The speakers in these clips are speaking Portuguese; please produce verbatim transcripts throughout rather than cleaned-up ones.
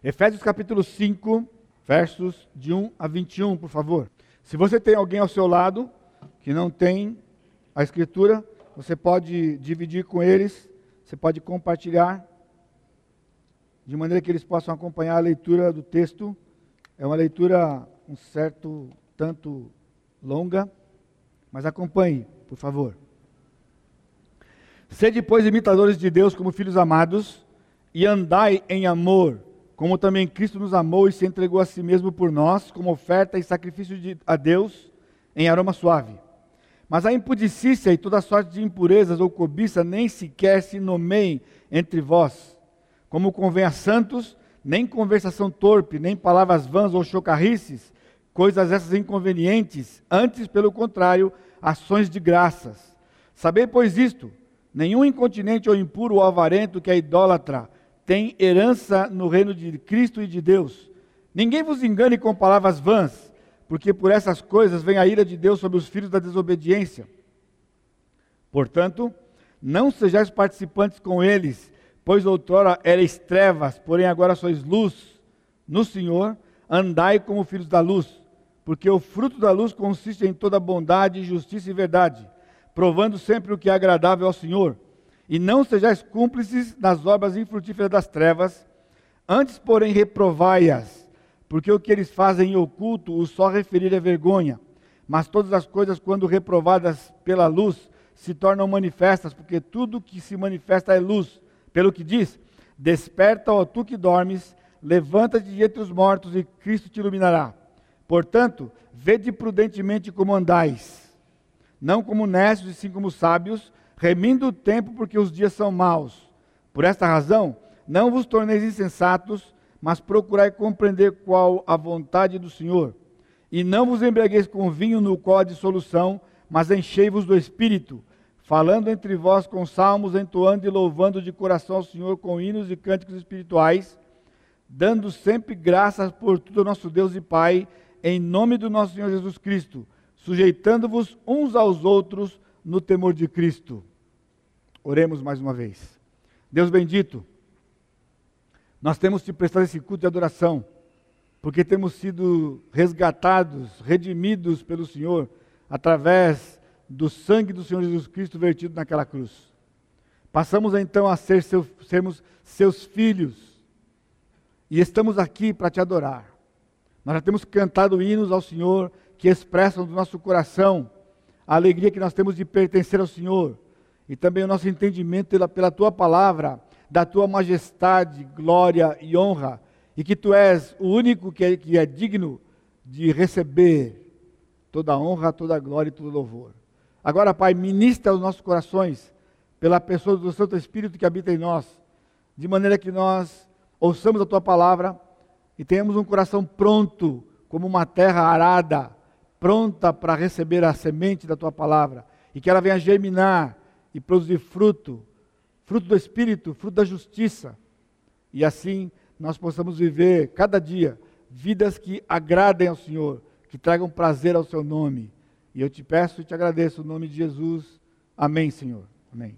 Efésios capítulo cinco, versos de um a vinte e um, por favor. Se você tem alguém ao seu lado que não tem a escritura, você pode dividir com eles, você pode compartilhar, de maneira que eles possam acompanhar a leitura do texto. É uma leitura um certo tanto longa, mas acompanhe, por favor. Sede, pois, imitadores de Deus como filhos amados, e andai em amor, como também Cristo nos amou e se entregou a si mesmo por nós, como oferta e sacrifício de, a Deus em aroma suave. Mas a impudicícia e toda sorte de impurezas ou cobiça nem sequer se nomeiem entre vós, como convém a santos, nem conversação torpe, nem palavras vãs ou chocarrices, coisas essas inconvenientes, antes, pelo contrário, ações de graças. Sabei, pois, isto: nenhum incontinente ou impuro ou avarento que é idólatra tem herança no reino de Cristo e de Deus. Ninguém vos engane com palavras vãs, porque por essas coisas vem a ira de Deus sobre os filhos da desobediência. Portanto, não sejais participantes com eles, pois outrora erais trevas, porém agora sois luz no Senhor. Andai como filhos da luz, porque o fruto da luz consiste em toda bondade, justiça e verdade, provando sempre o que é agradável ao Senhor. E não sejais cúmplices nas obras infrutíferas das trevas, antes, porém, reprovai-as, porque o que eles fazem em oculto o só referir é vergonha. Mas todas as coisas, quando reprovadas pela luz, se tornam manifestas, porque tudo que se manifesta é luz. Pelo que diz: desperta, ó tu que dormes, levanta-te de entre os mortos e Cristo te iluminará. Portanto, vede prudentemente como andais, não como necios e sim como sábios, remindo o tempo, porque os dias são maus. Por esta razão, não vos torneis insensatos, mas procurai compreender qual a vontade do Senhor. E não vos embriagueis com vinho, no qual há dissolução, mas enchei-vos do Espírito, falando entre vós com salmos, entoando e louvando de coração ao Senhor com hinos e cânticos espirituais, dando sempre graças por tudo ao nosso Deus e Pai, em nome do nosso Senhor Jesus Cristo, sujeitando-vos uns aos outros no temor de Cristo. Oremos mais uma vez. Deus bendito, nós temos te prestado esse culto de adoração, porque temos sido resgatados, redimidos pelo Senhor, através do sangue do Senhor Jesus Cristo vertido naquela cruz. Passamos então a ser seu, sermos seus filhos, e estamos aqui para te adorar. Nós já temos cantado hinos ao Senhor, que expressam do nosso coração a alegria que nós temos de pertencer ao Senhor, e também o nosso entendimento pela, pela Tua palavra, da Tua majestade, glória e honra, e que Tu és o único que é, que é digno de receber toda a honra, toda a glória e todo o louvor. Agora, Pai, ministra aos nossos corações, pela pessoa do Santo Espírito que habita em nós, de maneira que nós ouçamos a Tua palavra e tenhamos um coração pronto, como uma terra arada, pronta para receber a semente da Tua palavra, e que ela venha germinar e produzir fruto, fruto do Espírito, fruto da justiça, e assim nós possamos viver cada dia vidas que agradem ao Senhor, que tragam prazer ao Seu nome. E eu te peço e te agradeço no nome de Jesus. Amém, Senhor. Amém.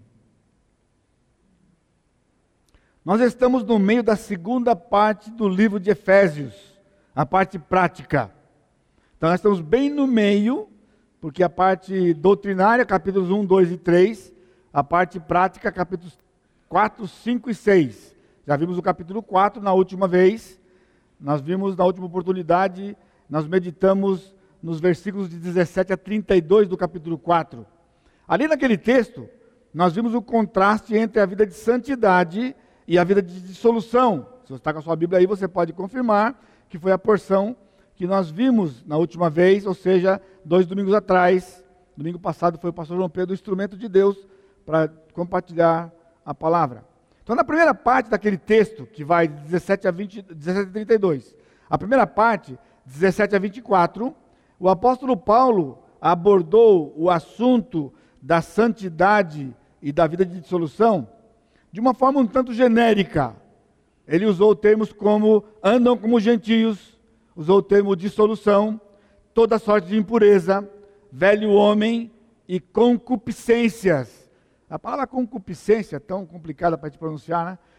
Nós estamos no meio da segunda parte do livro de Efésios, a parte prática. Então nós estamos bem no meio, porque a parte doutrinária, capítulos um, dois e três, a parte prática, capítulos quatro, cinco e seis. Já vimos o capítulo quatro na última vez, nós vimos na última oportunidade, nós meditamos nos versículos de dezessete a trinta e dois do capítulo quatro. Ali naquele texto, nós vimos o contraste entre a vida de santidade e a vida de dissolução. Se você está com a sua Bíblia aí, você pode confirmar que foi a porção que nós vimos na última vez, ou seja, dois domingos atrás. Domingo passado foi o pastor João Pedro, o instrumento de Deus, para compartilhar a palavra. Então, na primeira parte daquele texto, que vai de dezessete a vinte, dezessete a trinta e dois, a primeira parte, dezessete a vinte e quatro, o apóstolo Paulo abordou o assunto da santidade e da vida de dissolução de uma forma um tanto genérica. Ele usou termos como andam como gentios, usou o termo dissolução, toda sorte de impureza, velho homem e concupiscências. A palavra concupiscência é tão complicada para te pronunciar, né?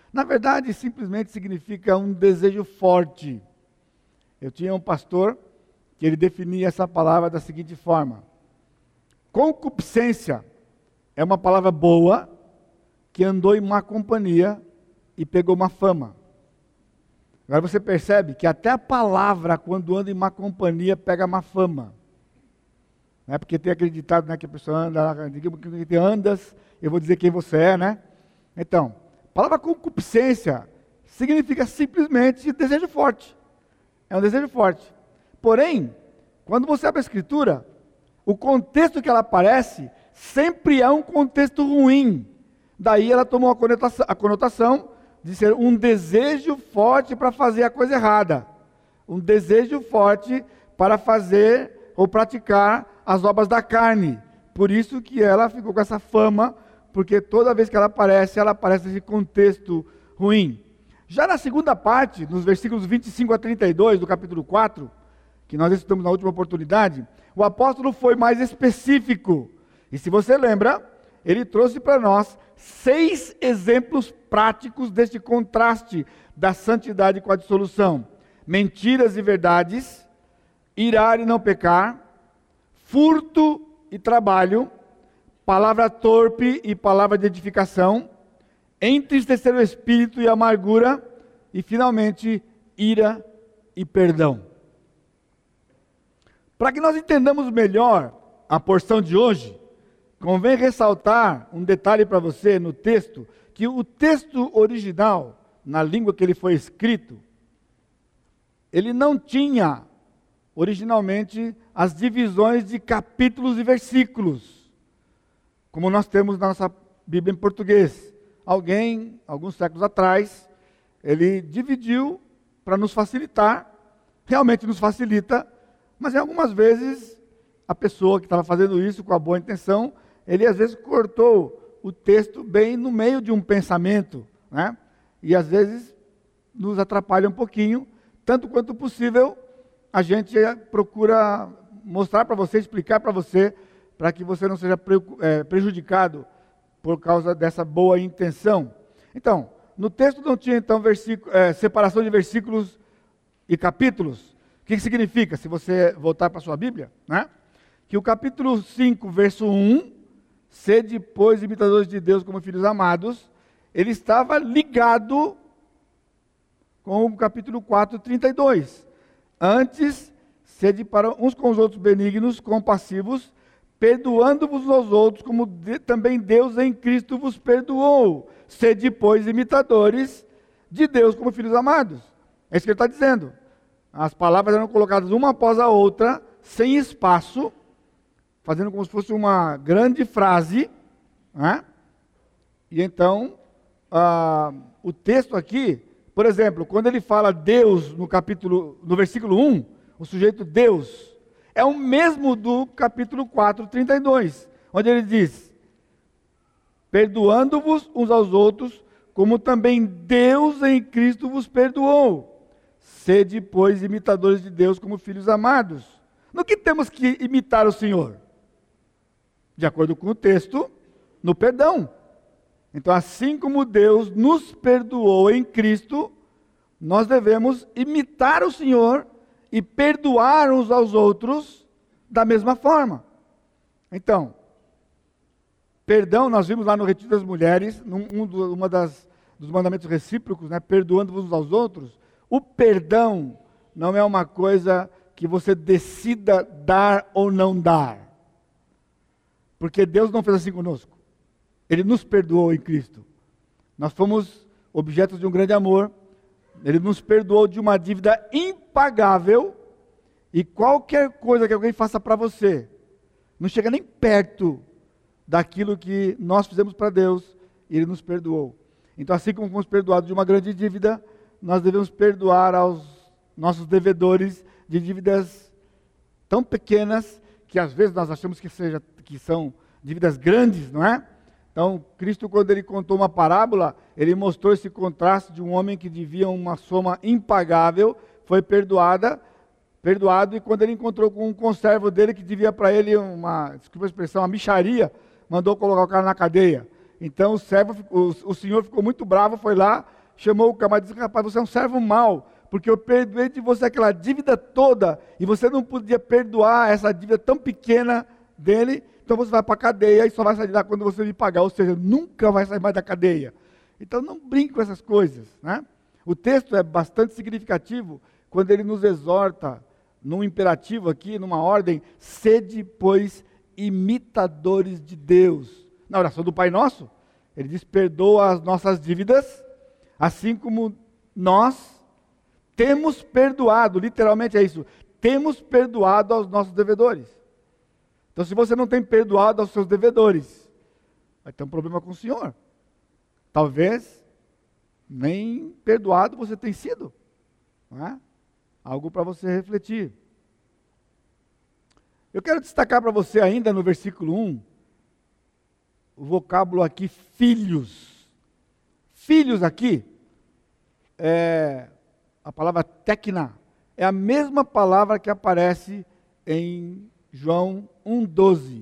Na verdade, simplesmente significa um desejo forte. Eu tinha um pastor que ele definia essa palavra da seguinte forma: concupiscência é uma palavra boa que andou em má companhia e pegou uma fama. Agora você percebe que até a palavra, quando anda em má companhia, pega má fama. Não é porque tem acreditado, né, que a pessoa anda, que andas, eu vou dizer quem você é, né? Então, a palavra concupiscência significa simplesmente desejo forte. É um desejo forte. Porém, quando você abre a Escritura, o contexto que ela aparece sempre é um contexto ruim. Daí ela tomou a conotação, a conotação de ser um desejo forte para fazer a coisa errada. Um desejo forte para fazer ou praticar as obras da carne. Por isso que ela ficou com essa fama, porque toda vez que ela aparece, ela aparece nesse contexto ruim. Já na segunda parte, nos versículos vinte e cinco a trinta e dois do capítulo quatro, que nós estudamos na última oportunidade, o apóstolo foi mais específico. E se você lembra, ele trouxe para nós seis exemplos práticos deste contraste da santidade com a dissolução: mentiras e verdades, irar e não pecar, furto e trabalho, palavra torpe e palavra de edificação, entristecer o espírito e amargura, e finalmente, ira e perdão. Para que nós entendamos melhor a porção de hoje, convém ressaltar um detalhe para você no texto, que o texto original, na língua que ele foi escrito, ele não tinha originalmente as divisões de capítulos e versículos, como nós temos na nossa Bíblia em português. Alguém, alguns séculos atrás, ele dividiu para nos facilitar, realmente nos facilita, mas em algumas vezes a pessoa que estava fazendo isso com a boa intenção, ele às vezes cortou o texto bem no meio de um pensamento, né? E às vezes nos atrapalha um pouquinho, tanto quanto possível a gente procura mostrar para você, explicar para você, para que você não seja pre, é, prejudicado por causa dessa boa intenção. Então, no texto não tinha então versículo, é, separação de versículos e capítulos. O que, que significa? Se você voltar para a sua Bíblia, né? Que o capítulo cinco, verso um, sede, pois, imitadores de Deus como filhos amados, ele estava ligado com o capítulo quatro, trinta e dois. Antes, sede para uns com os outros benignos, compassivos, perdoando-vos uns aos outros, como de, também Deus em Cristo vos perdoou. Sede, pois, imitadores de Deus como filhos amados. É isso que ele está dizendo. As palavras eram colocadas uma após a outra, sem espaço, fazendo como se fosse uma grande frase, né? E então, ah, o texto aqui, por exemplo, quando ele fala Deus no capítulo, no versículo um, o sujeito Deus, é o mesmo do capítulo quatro, trinta e dois, onde ele diz: perdoando-vos uns aos outros, como também Deus em Cristo vos perdoou. Sede, pois, imitadores de Deus como filhos amados. No que temos que imitar o Senhor? De acordo com o texto, no perdão. Então, assim como Deus nos perdoou em Cristo, nós devemos imitar o Senhor e perdoar uns aos outros da mesma forma. Então, perdão, nós vimos lá no Retiro das Mulheres, num, um do, uma das, dos mandamentos recíprocos, né, perdoando-vos uns aos outros. O perdão não é uma coisa que você decida dar ou não dar. Porque Deus não fez assim conosco. Ele nos perdoou em Cristo. Nós fomos objetos de um grande amor. Ele nos perdoou de uma dívida impagável. E qualquer coisa que alguém faça para você, não chega nem perto daquilo que nós fizemos para Deus, e Ele nos perdoou. Então, assim como fomos perdoados de uma grande dívida, nós devemos perdoar aos nossos devedores de dívidas tão pequenas, que às vezes nós achamos que, seja, que são dívidas grandes, não é? Então, Cristo, quando Ele contou uma parábola, Ele mostrou esse contraste de um homem que devia uma soma impagável, foi perdoada, perdoado, e quando ele encontrou com um conservo dele que devia para ele uma, desculpa a expressão, uma mixaria, mandou colocar o cara na cadeia. Então o servo, o, o senhor ficou muito bravo, foi lá, chamou o camarada e disse: rapaz, você é um servo mau, porque eu perdoei de você aquela dívida toda, e você não podia perdoar essa dívida tão pequena dele, então você vai para a cadeia e só vai sair de lá quando você me pagar, ou seja, nunca vai sair mais da cadeia. Então não brinque com essas coisas, né? O texto é bastante significativo quando ele nos exorta, num imperativo aqui, numa ordem: sede, pois, imitadores de Deus. Na oração do Pai Nosso, ele diz: perdoa as nossas dívidas, assim como nós temos perdoado, literalmente é isso, temos perdoado aos nossos devedores. Então, se você não tem perdoado aos seus devedores, vai ter um problema com o Senhor. Talvez nem perdoado você tenha sido, não é? Algo para você refletir. Eu quero destacar para você ainda no versículo um, o vocábulo aqui, filhos. Filhos aqui, é, a palavra tekna, é a mesma palavra que aparece em João um, doze.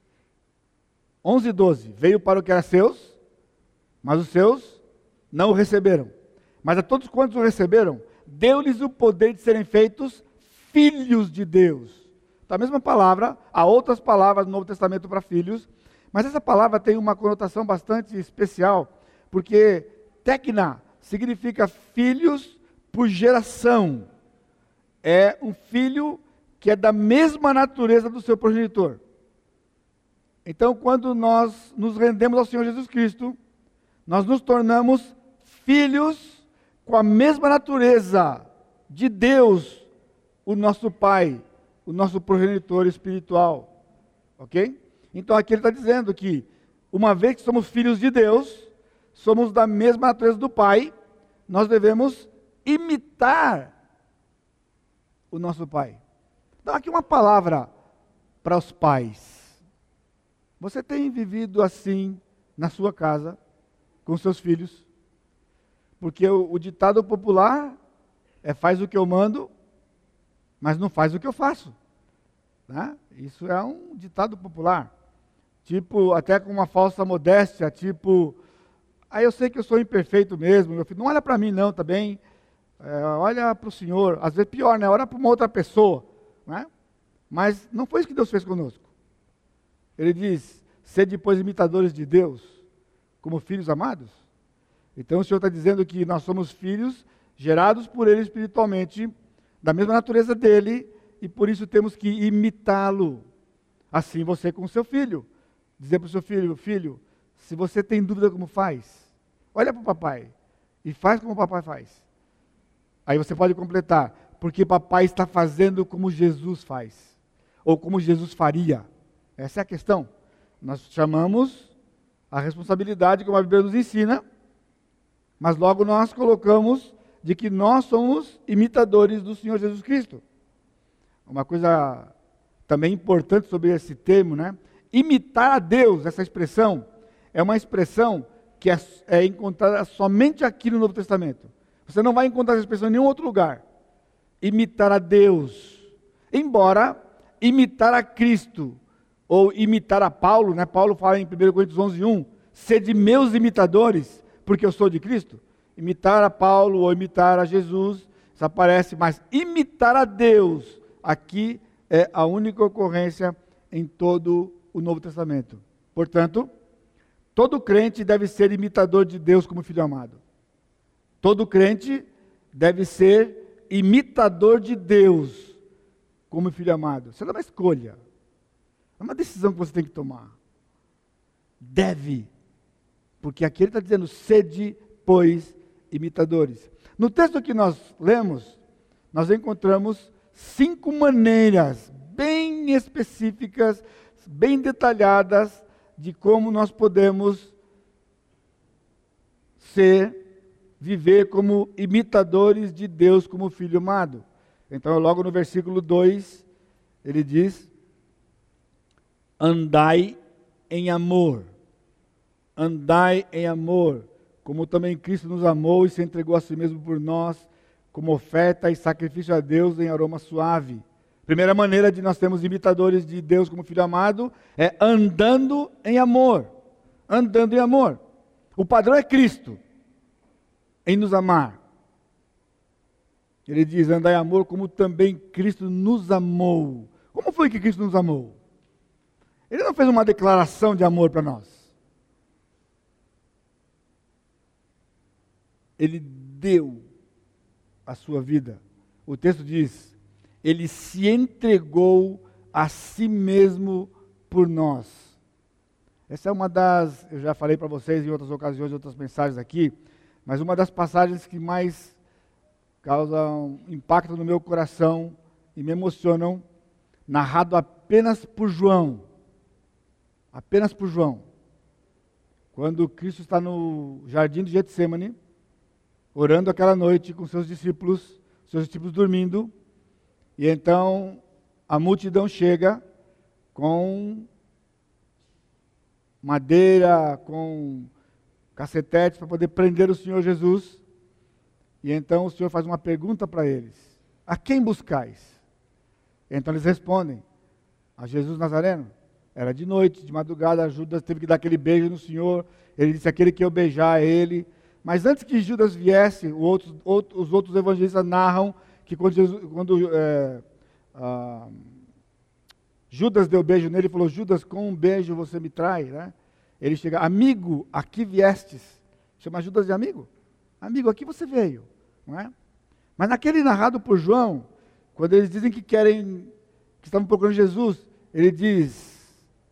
onze, doze. Veio para o que era seus, mas os seus não o receberam. Mas a todos quantos o receberam, deu-lhes o poder de serem feitos filhos de Deus. Então, a mesma palavra, há outras palavras no Novo Testamento para filhos, mas essa palavra tem uma conotação bastante especial, porque tekna significa filhos por geração. É um filho que é da mesma natureza do seu progenitor. Então, quando nós nos rendemos ao Senhor Jesus Cristo, nós nos tornamos filhos com a mesma natureza de Deus, o nosso Pai, o nosso progenitor espiritual. Ok? Então aqui ele está dizendo que, uma vez que somos filhos de Deus, somos da mesma natureza do Pai, nós devemos imitar o nosso Pai. Então aqui uma palavra para os pais. Você tem vivido assim na sua casa, com seus filhos? Porque o, o ditado popular é: faz o que eu mando, mas não faz o que eu faço. Né? Isso é um ditado popular. Tipo, até com uma falsa modéstia, tipo: ah, eu sei que eu sou imperfeito mesmo, meu filho, não olha para mim não, tá bem? É, olha para o Senhor. Às vezes pior, né? Olha para uma outra pessoa. Né? Mas não foi isso que Deus fez conosco. Ele diz: sede, pois, imitadores de Deus, como filhos amados. Então o Senhor está dizendo que nós somos filhos gerados por Ele espiritualmente, da mesma natureza dEle, e por isso temos que imitá-lo. Assim você com o seu filho. Dizer para o seu filho: filho, se você tem dúvida como faz, olha para o papai e faz como o papai faz. Aí você pode completar: porque papai está fazendo como Jesus faz, ou como Jesus faria. Essa é a questão. Nós chamamos a responsabilidade, como a Bíblia nos ensina, mas logo nós colocamos de que nós somos imitadores do Senhor Jesus Cristo. Uma coisa também importante sobre esse termo, né? Imitar a Deus, essa expressão, é uma expressão que é, é encontrada somente aqui no Novo Testamento. Você não vai encontrar essa expressão em nenhum outro lugar. Imitar a Deus. Embora imitar a Cristo, ou imitar a Paulo, né? Paulo fala em primeira Coríntios onze, um, sede meus imitadores, porque eu sou de Cristo. Imitar a Paulo ou imitar a Jesus, isso aparece, mas imitar a Deus, aqui é a única ocorrência em todo o Novo Testamento. Portanto, todo crente deve ser imitador de Deus como filho amado. Todo crente deve ser imitador de Deus como filho amado. Isso é uma escolha. É uma decisão que você tem que tomar. Deve. Porque aqui ele está dizendo: sede, pois, imitadores. No texto que nós lemos, nós encontramos cinco maneiras bem específicas, bem detalhadas, de como nós podemos ser, viver como imitadores de Deus como filho amado. Então, logo no versículo dois, ele diz: andai em amor. Andai em amor, como também Cristo nos amou e se entregou a si mesmo por nós, como oferta e sacrifício a Deus em aroma suave. Primeira maneira de nós termos imitadores de Deus como filho amado é andando em amor. Andando em amor. O padrão é Cristo. em nos amar. Ele diz, andai em amor como também Cristo nos amou. Como foi que Cristo nos amou? Ele não fez uma declaração de amor para nós. Ele deu a sua vida. O texto diz, ele se entregou a si mesmo por nós. Essa é uma das, eu já falei para vocês em outras ocasiões, em outras mensagens aqui, mas uma das passagens que mais causam impacto no meu coração e me emocionam, narrado apenas por João. Apenas por João. Quando Cristo está no jardim de Getsêmani, orando aquela noite com seus discípulos, seus discípulos dormindo, e então a multidão chega com madeira, com cacetetes para poder prender o Senhor Jesus. E então o Senhor faz uma pergunta para eles: a quem buscais? Então eles respondem: a Jesus Nazareno. Era de noite, de madrugada, Judas teve que dar aquele beijo no Senhor. Ele disse: aquele que eu beijar é ele. Mas antes que Judas viesse, outros, outros, os outros evangelistas narram que quando, Jesus, quando é, ah, Judas deu beijo nele, ele falou: Judas, com um beijo você me trai, né? Ele chega: amigo, aqui viestes. Chama Judas de amigo. Amigo, aqui você veio, não é? Mas naquele narrado por João, quando eles dizem que querem, que estavam procurando Jesus, ele diz: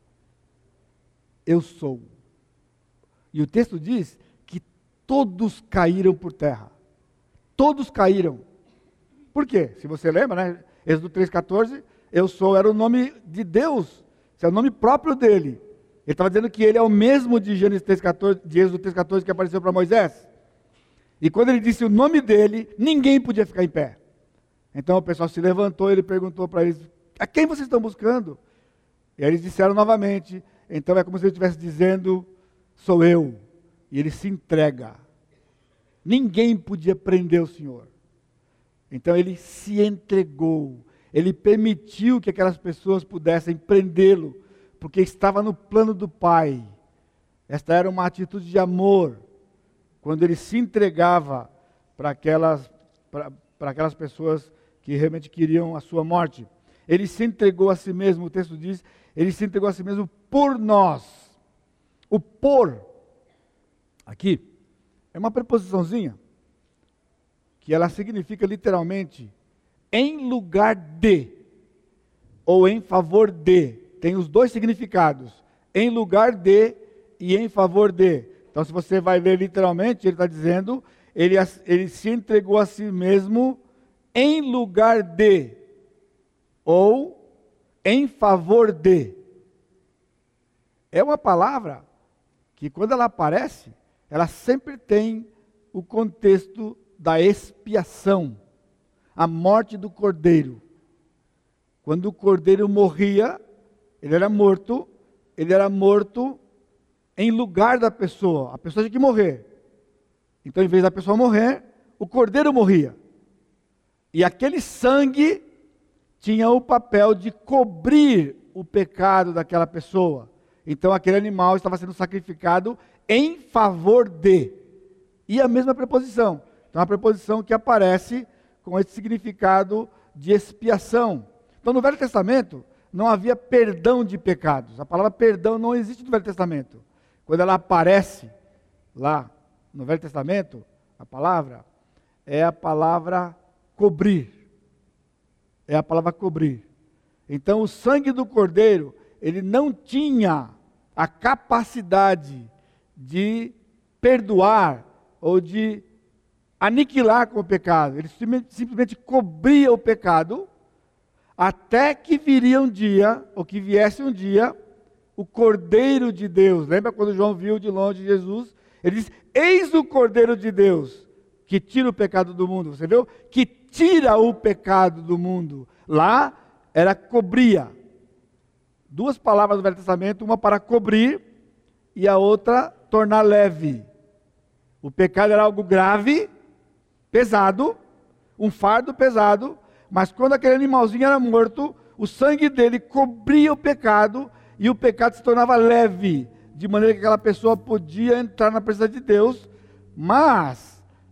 eu sou. E o texto diz que todos caíram por terra. Todos caíram. Por quê? Se você lembra, né? Êxodo três, quatorze, eu sou, era o nome de Deus, é o nome próprio dele. Ele estava dizendo que ele é o mesmo de Gênesis três, quatorze, de Êxodo três, quatorze que apareceu para Moisés. E quando ele disse o nome dele, ninguém podia ficar em pé. Então o pessoal se levantou e ele perguntou para eles: a quem vocês estão buscando? E aí eles disseram novamente. Então é como se ele estivesse dizendo: sou eu. E ele se entrega. Ninguém podia prender o Senhor. Então ele se entregou. Ele permitiu que aquelas pessoas pudessem prendê-lo, porque estava no plano do Pai. Esta era uma atitude de amor, quando ele se entregava para aquelas, para, para aquelas pessoas que realmente queriam a sua morte. Ele se entregou a si mesmo, o texto diz, ele se entregou a si mesmo por nós. O por, aqui, é uma preposiçãozinha, que ela significa literalmente em lugar de, ou em favor de. Tem os dois significados, em lugar de e em favor de. Então, se você vai ler literalmente, ele está dizendo, ele, ele se entregou a si mesmo em lugar de, ou em favor de. É uma palavra que, quando ela aparece, ela sempre tem o contexto da expiação, a morte do cordeiro. Quando o cordeiro morria, ele era morto, ele era morto em lugar da pessoa. A pessoa tinha que morrer. Então, em vez da pessoa morrer, o cordeiro morria. E aquele sangue tinha o papel de cobrir o pecado daquela pessoa. Então, aquele animal estava sendo sacrificado em favor de. E a mesma preposição. Então, a preposição que aparece com esse significado de expiação. Então, no Velho Testamento, não havia perdão de pecados. A palavra perdão não existe no Velho Testamento. Quando ela aparece lá no Velho Testamento, a palavra é a palavra cobrir. É a palavra cobrir. Então, o sangue do cordeiro, ele não tinha a capacidade de perdoar ou de aniquilar com o pecado. Ele simplesmente cobria o pecado até que viria um dia, ou que viesse um dia, o Cordeiro de Deus. Lembra quando João viu de longe Jesus? Ele disse: eis o Cordeiro de Deus, que tira o pecado do mundo. Você viu? Que tira o pecado do mundo. Lá era cobria. Duas palavras do Velho Testamento, uma para cobrir e a outra tornar leve. O pecado era algo grave, pesado, um fardo pesado, mas quando aquele animalzinho era morto, o sangue dele cobria o pecado e o pecado se tornava leve, de maneira que aquela pessoa podia entrar na presença de Deus, mas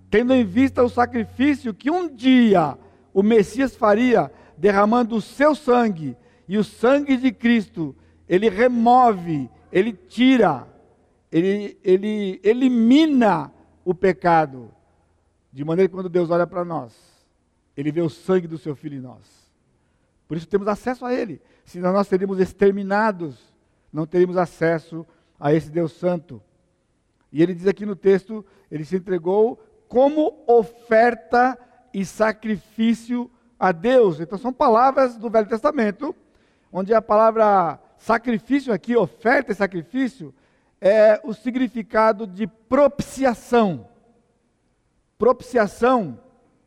tendo em vista o sacrifício que um dia o Messias faria, derramando o seu sangue, e o sangue de Cristo, ele remove, ele tira, ele, ele elimina o pecado, de maneira que quando Deus olha para nós, ele vê o sangue do seu Filho em nós. Por isso temos acesso a ele, senão nós seríamos exterminados, não teríamos acesso a esse Deus Santo. E ele diz aqui no texto, ele se entregou como oferta e sacrifício a Deus. Então são palavras do Velho Testamento, onde a palavra sacrifício aqui, oferta e sacrifício, é o significado de propiciação. Propiciação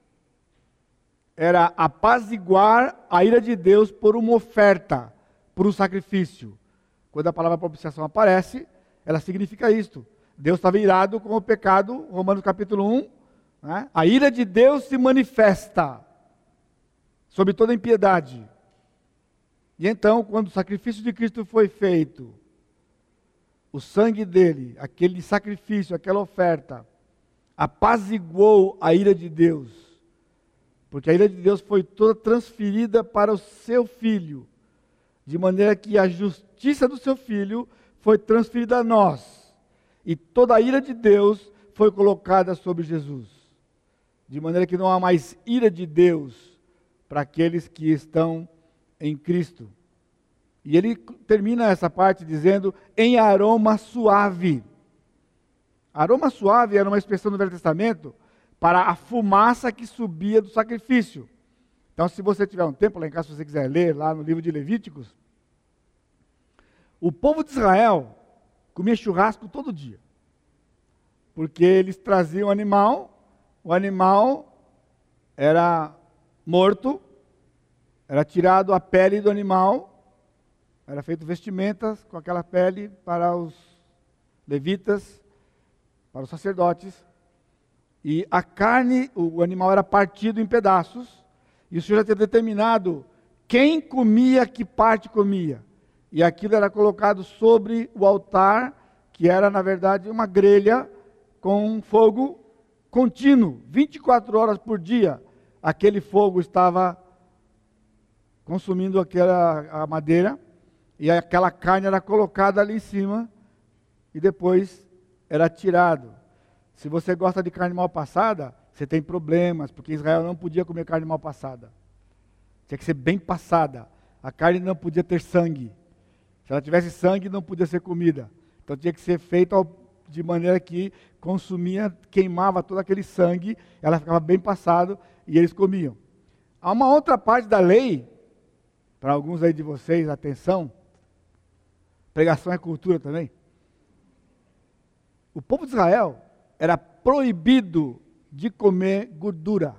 era apaziguar a ira de Deus por uma oferta, por um sacrifício. Quando a palavra propiciação aparece, ela significa isto. Deus estava irado com o pecado, Romanos capítulo um, né? A ira de Deus se manifesta sobre toda impiedade. E então, quando o sacrifício de Cristo foi feito, o sangue dele, aquele sacrifício, aquela oferta, apaziguou a ira de Deus, porque a ira de Deus foi toda transferida para o seu Filho, de maneira que a justiça do seu Filho foi transferida a nós, e toda a ira de Deus foi colocada sobre Jesus, de maneira que não há mais ira de Deus para aqueles que estão em Cristo. E ele termina essa parte dizendo, em aroma suave. Aroma suave era uma expressão do Velho Testamento para a fumaça que subia do sacrifício. Então, se você tiver um tempo lá em casa, se você quiser ler lá no livro de Levíticos, o povo de Israel comia churrasco todo dia, porque eles traziam o animal, o animal era morto, era tirado a pele do animal, era feito vestimentas com aquela pele para os levitas, para os sacerdotes, e a carne, o animal era partido em pedaços, e o Senhor já tinha determinado quem comia, que parte comia, e aquilo era colocado sobre o altar, que era na verdade uma grelha com fogo contínuo, vinte e quatro horas por dia, aquele fogo estava consumindo aquela a madeira, e aquela carne era colocada ali em cima, e depois era tirado. Se você gosta de carne mal passada, você tem problemas, porque Israel não podia comer carne mal passada. Tinha que ser bem passada. A carne não podia ter sangue. Se ela tivesse sangue, não podia ser comida. Então tinha que ser feito ao, de maneira que consumia, queimava todo aquele sangue, ela ficava bem passada e eles comiam. Há uma outra parte da lei, para alguns aí de vocês, atenção, pregação é cultura também. O povo de Israel era proibido de comer gordura.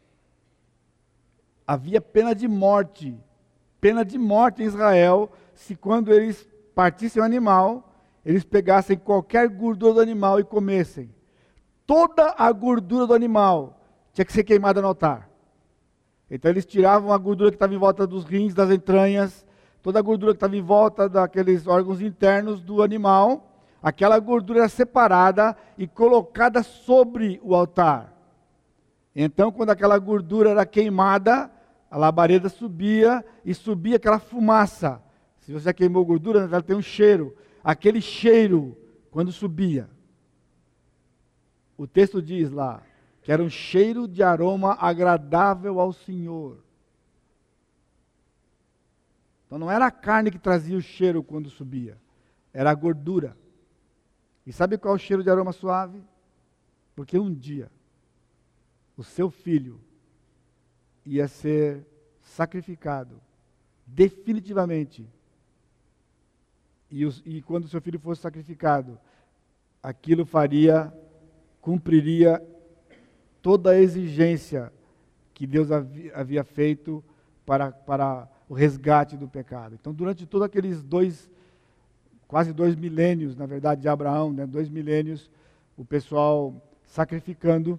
Havia pena de morte, pena de morte em Israel, se quando eles partissem o animal, eles pegassem qualquer gordura do animal e comessem. Toda a gordura do animal tinha que ser queimada no altar. Então eles tiravam a gordura que estava em volta dos rins, das entranhas, toda a gordura que estava em volta daqueles órgãos internos do animal, aquela gordura era separada e colocada sobre o altar. Então, quando aquela gordura era queimada, a labareda subia e subia aquela fumaça. Se você queimou gordura, ela tem um cheiro. Aquele cheiro, quando subia, o texto diz lá, que era um cheiro de aroma agradável ao Senhor. Então não era a carne que trazia o cheiro quando subia, era a gordura. E sabe qual é o cheiro de aroma suave? Porque um dia, o seu filho ia ser sacrificado, definitivamente. E, os, e quando o seu filho fosse sacrificado, aquilo faria, cumpriria toda a exigência que Deus havia, havia feito para, para o resgate do pecado. Então, durante todos aqueles dois, quase dois milênios, na verdade, de Abraão, né, dois milênios, o pessoal sacrificando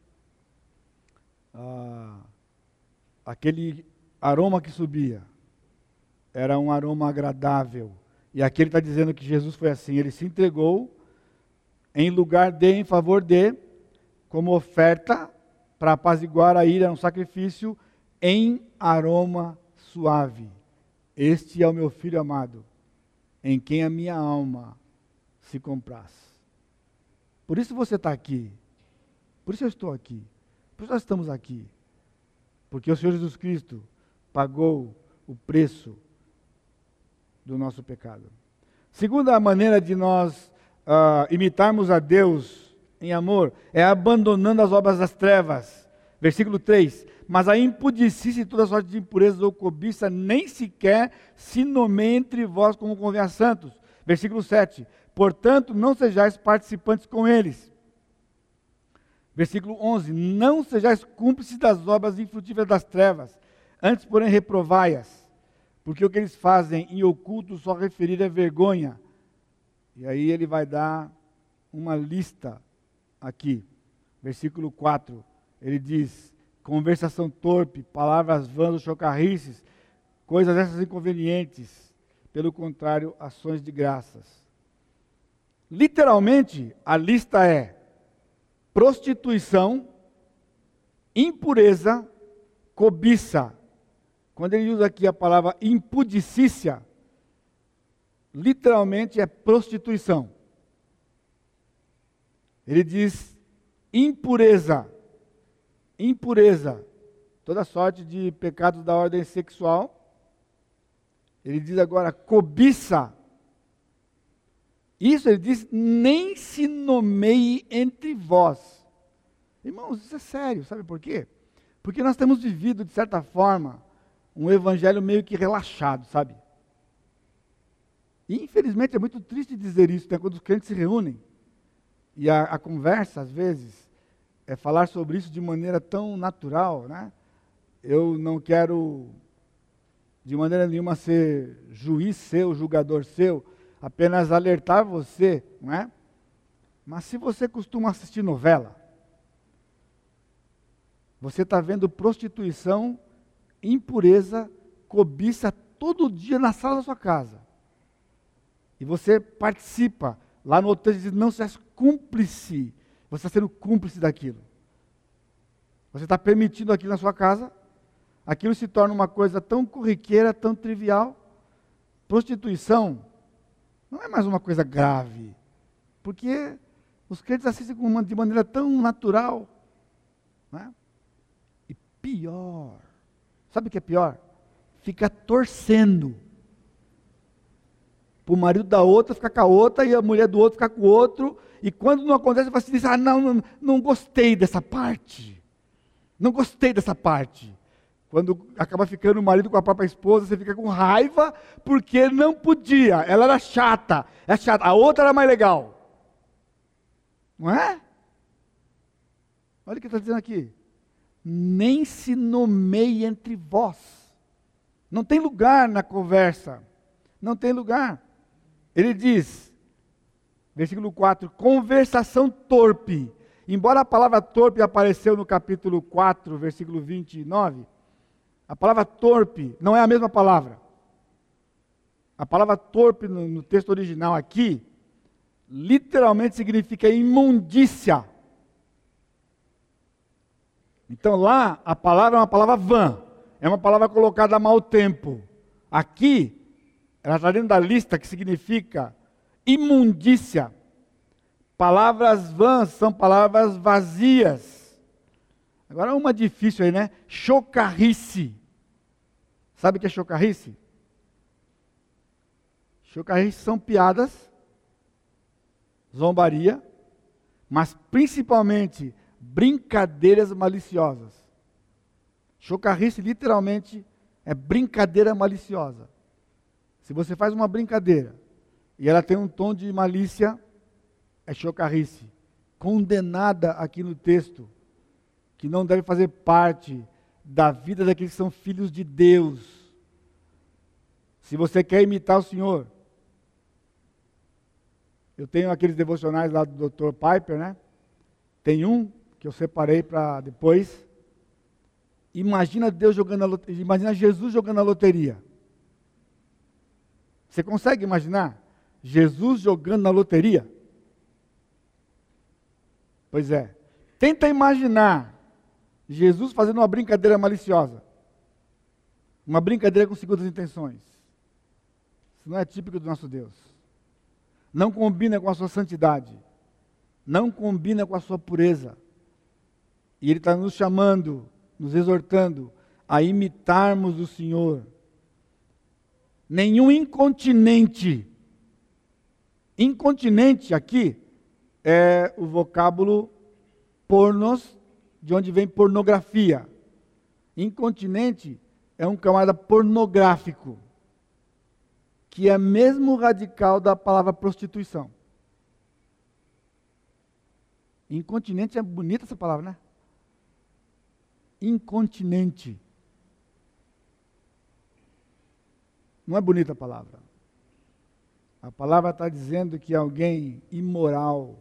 ah, aquele aroma que subia. Era um aroma agradável. E aqui ele está dizendo que Jesus foi assim, ele se entregou em lugar de, em favor de, como oferta para apaziguar a ira, um sacrifício em aroma suave. Este é o meu filho amado, em quem a minha alma se compraz. Por isso você está aqui. Por isso eu estou aqui. Por isso nós estamos aqui. Porque o Senhor Jesus Cristo pagou o preço do nosso pecado. Segunda maneira de nós uh, imitarmos a Deus em amor é abandonando as obras das trevas. Versículo três. Mas a impudicícia e toda sorte de impureza ou cobiça nem sequer se nomeia entre vós como convém a santos. Versículo sete. Portanto, não sejais participantes com eles. Versículo onze. Não sejais cúmplices das obras infrutíferas das trevas, antes, porém, reprovai-as, porque o que eles fazem em oculto só referir é vergonha. E aí ele vai dar uma lista aqui. Versículo quatro. Ele diz: conversação torpe, palavras vãs ou chocarrices, coisas essas inconvenientes, pelo contrário, ações de graças. Literalmente, a lista é prostituição, impureza, cobiça. Quando ele usa aqui a palavra impudicícia, literalmente é prostituição. Ele diz impureza, impureza, toda sorte de pecados da ordem sexual. Ele diz agora cobiça. Isso ele diz, nem se nomeie entre vós. Irmãos, isso é sério, sabe por quê? Porque nós temos vivido, de certa forma, um evangelho meio que relaxado, sabe? E infelizmente é muito triste dizer isso, né? Quando os crentes se reúnem. E a, a conversa, às vezes, é falar sobre isso de maneira tão natural, né? Eu não quero, de maneira nenhuma, ser juiz seu, julgador seu, apenas alertar você, não é? Mas se você costuma assistir novela, você está vendo prostituição, impureza, cobiça todo dia na sala da sua casa. E você participa. Lá no outro texto diz, não seja cúmplice. Você está sendo cúmplice daquilo. Você está permitindo aquilo na sua casa. Aquilo se torna uma coisa tão corriqueira, tão trivial. Prostituição não é mais uma coisa grave. Porque os crentes assistem de maneira tão natural. Não é? E pior. Sabe o que é pior? Fica torcendo. Para o marido da outra ficar com a outra e a mulher do outro ficar com o outro. E quando não acontece, você diz, ah, não, não, não gostei dessa parte. Não gostei dessa parte. Quando acaba ficando o marido com a própria esposa, você fica com raiva porque não podia. Ela era chata. É chata. A outra era mais legal. Não é? Olha o que está dizendo aqui. Nem se nomeie entre vós. Não tem lugar na conversa. Não tem lugar. Ele diz, versículo quatro, conversação torpe. Embora a palavra torpe apareceu no capítulo quatro, versículo vinte e nove, a palavra torpe não é a mesma palavra. A palavra torpe no, no texto original aqui, literalmente significa imundícia. Então lá, a palavra é uma palavra vã, é uma palavra colocada a mau tempo. Aqui, ela está dentro da lista que significa imundícia. Palavras vãs são palavras vazias. Agora uma difícil aí, né? Chocarrice. Sabe o que é chocarrice? Chocarrice são piadas, zombaria, mas principalmente brincadeiras maliciosas. Chocarrice literalmente é brincadeira maliciosa. Se você faz uma brincadeira e ela tem um tom de malícia, é chocarrice. Condenada aqui no texto, que não deve fazer parte da vida daqueles que são filhos de Deus. Se você quer imitar o Senhor, eu tenho aqueles devocionais lá do doutor Piper, né? Tem um que eu separei para depois. Imagina Deus jogando a loteria, imagina Jesus jogando a loteria. Você consegue imaginar Jesus jogando na loteria? Pois é, Tenta imaginar Jesus fazendo uma brincadeira maliciosa. Uma brincadeira com segundas intenções. Isso não é típico do nosso Deus. Não combina com a sua santidade. Não combina com a sua pureza. E Ele está nos chamando, nos exortando a imitarmos o Senhor. Nenhum incontinente. Incontinente aqui é o vocábulo pornos, de onde vem pornografia. Incontinente é um camarada pornográfico, que é mesmo radical da palavra prostituição. Incontinente é bonita essa palavra, né? Incontinente. Não é bonita a palavra. A palavra está dizendo que alguém imoral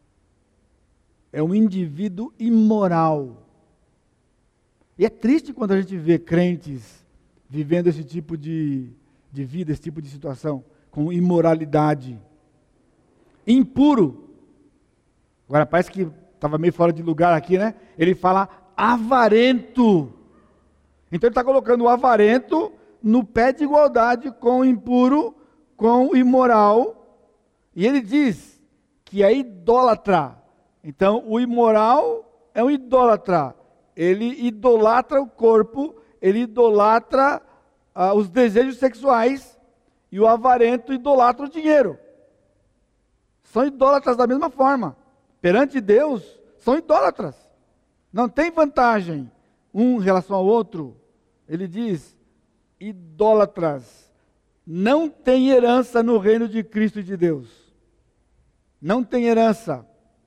é um indivíduo imoral. E é triste quando a gente vê crentes vivendo esse tipo de, de vida, esse tipo de situação, com imoralidade. Impuro. Agora parece que estava meio fora de lugar aqui, né? Ele fala avarento. Então ele está colocando o avarento no pé de igualdade com o impuro, com o imoral. E ele diz que é idólatra. Então o imoral é um idólatra. Ele idolatra o corpo, ele idolatra ah, os desejos sexuais, e o avarento idolatra o dinheiro. São idólatras da mesma forma. Perante Deus, são idólatras. Não tem vantagem um em relação ao outro. Ele diz, idólatras não têm herança no reino de Cristo e de Deus. Não tem herança.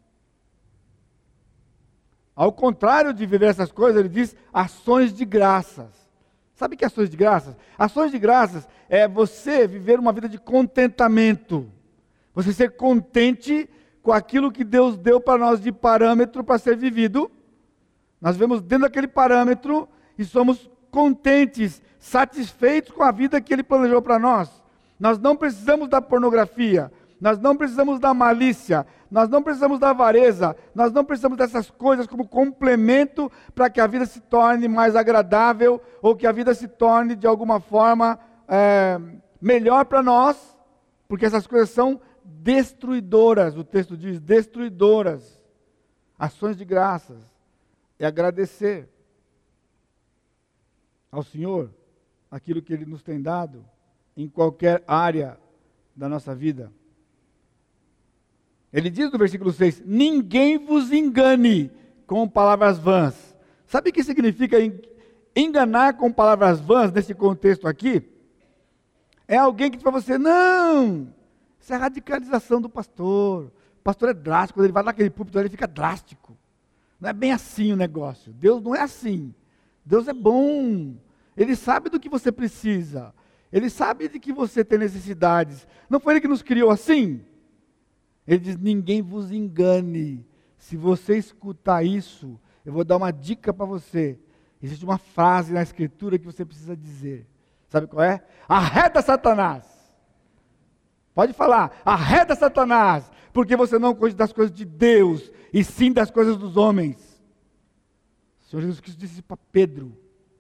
Ao contrário de viver essas coisas, ele diz ações de graças. Sabe o que é ações de graças? Ações de graças é você viver uma vida de contentamento. Você ser contente com aquilo que Deus deu para nós de parâmetro para ser vivido. Nós vemos dentro daquele parâmetro e somos contentes, satisfeitos com a vida que Ele planejou para nós. Nós não precisamos da pornografia. Nós não precisamos da malícia, nós não precisamos da avareza, nós não precisamos dessas coisas como complemento para que a vida se torne mais agradável ou que a vida se torne de alguma forma é, melhor para nós, porque essas coisas são destruidoras, o texto diz, destruidoras. Ações de graças é agradecer ao Senhor aquilo que Ele nos tem dado em qualquer área da nossa vida. Ele diz no versículo seis, ninguém vos engane com palavras vãs. Sabe o que significa enganar com palavras vãs nesse contexto aqui? É alguém que diz para você, não, isso é radicalização do pastor. O pastor é drástico, quando ele vai naquele púlpito, ele fica drástico. Não é bem assim o negócio. Deus não é assim. Deus é bom. Ele sabe do que você precisa. Ele sabe de que você tem necessidades. Não foi Ele que nos criou assim? Ele diz, ninguém vos engane. Se você escutar isso, eu vou dar uma dica para você. Existe uma frase na Escritura que você precisa dizer. Sabe qual é? Arreda Satanás. Pode falar, arreda Satanás, porque você não cuida das coisas de Deus, e sim das coisas dos homens. O Senhor Jesus Cristo disse para Pedro.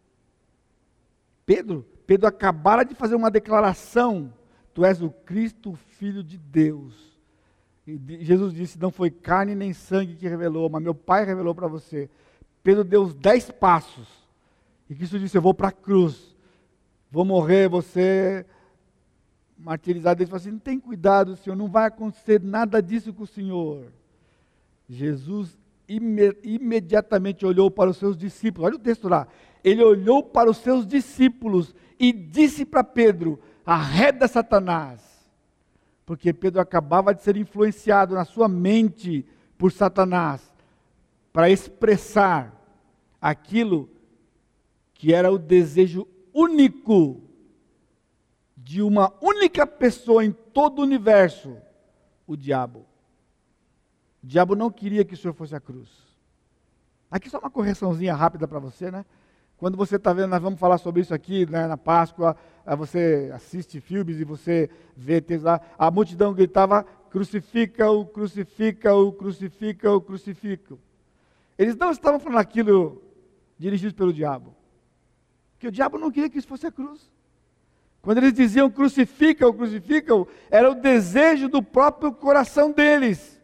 Pedro, Pedro acabara de fazer uma declaração. Tu és o Cristo, o Filho de Deus. E Jesus disse, não foi carne nem sangue que revelou, mas meu Pai revelou para você. Pedro deu os dez passos. E Cristo disse, eu vou para a cruz. Vou morrer, você martirizado. Ele falou assim, não tem cuidado, Senhor, não vai acontecer nada disso com o Senhor. Jesus imed- imediatamente olhou para os seus discípulos. Olha o texto lá. Ele olhou para os seus discípulos e disse para Pedro, arreda Satanás. Porque Pedro acabava de ser influenciado na sua mente por Satanás para expressar aquilo que era o desejo único de uma única pessoa em todo o universo, o diabo. O diabo não queria que o Senhor fosse à cruz. Aqui só uma correçãozinha rápida para você, né? Quando você está vendo, nós vamos falar sobre isso aqui, né, na Páscoa, você assiste filmes e você vê textos lá, a multidão gritava, crucifica-o, crucifica-o, crucifica-o, crucifica-o. Eles não estavam falando aquilo dirigidos pelo diabo. Porque o diabo não queria que isso fosse a cruz. Quando eles diziam crucifica-o, crucifica-o, era o desejo do próprio coração deles.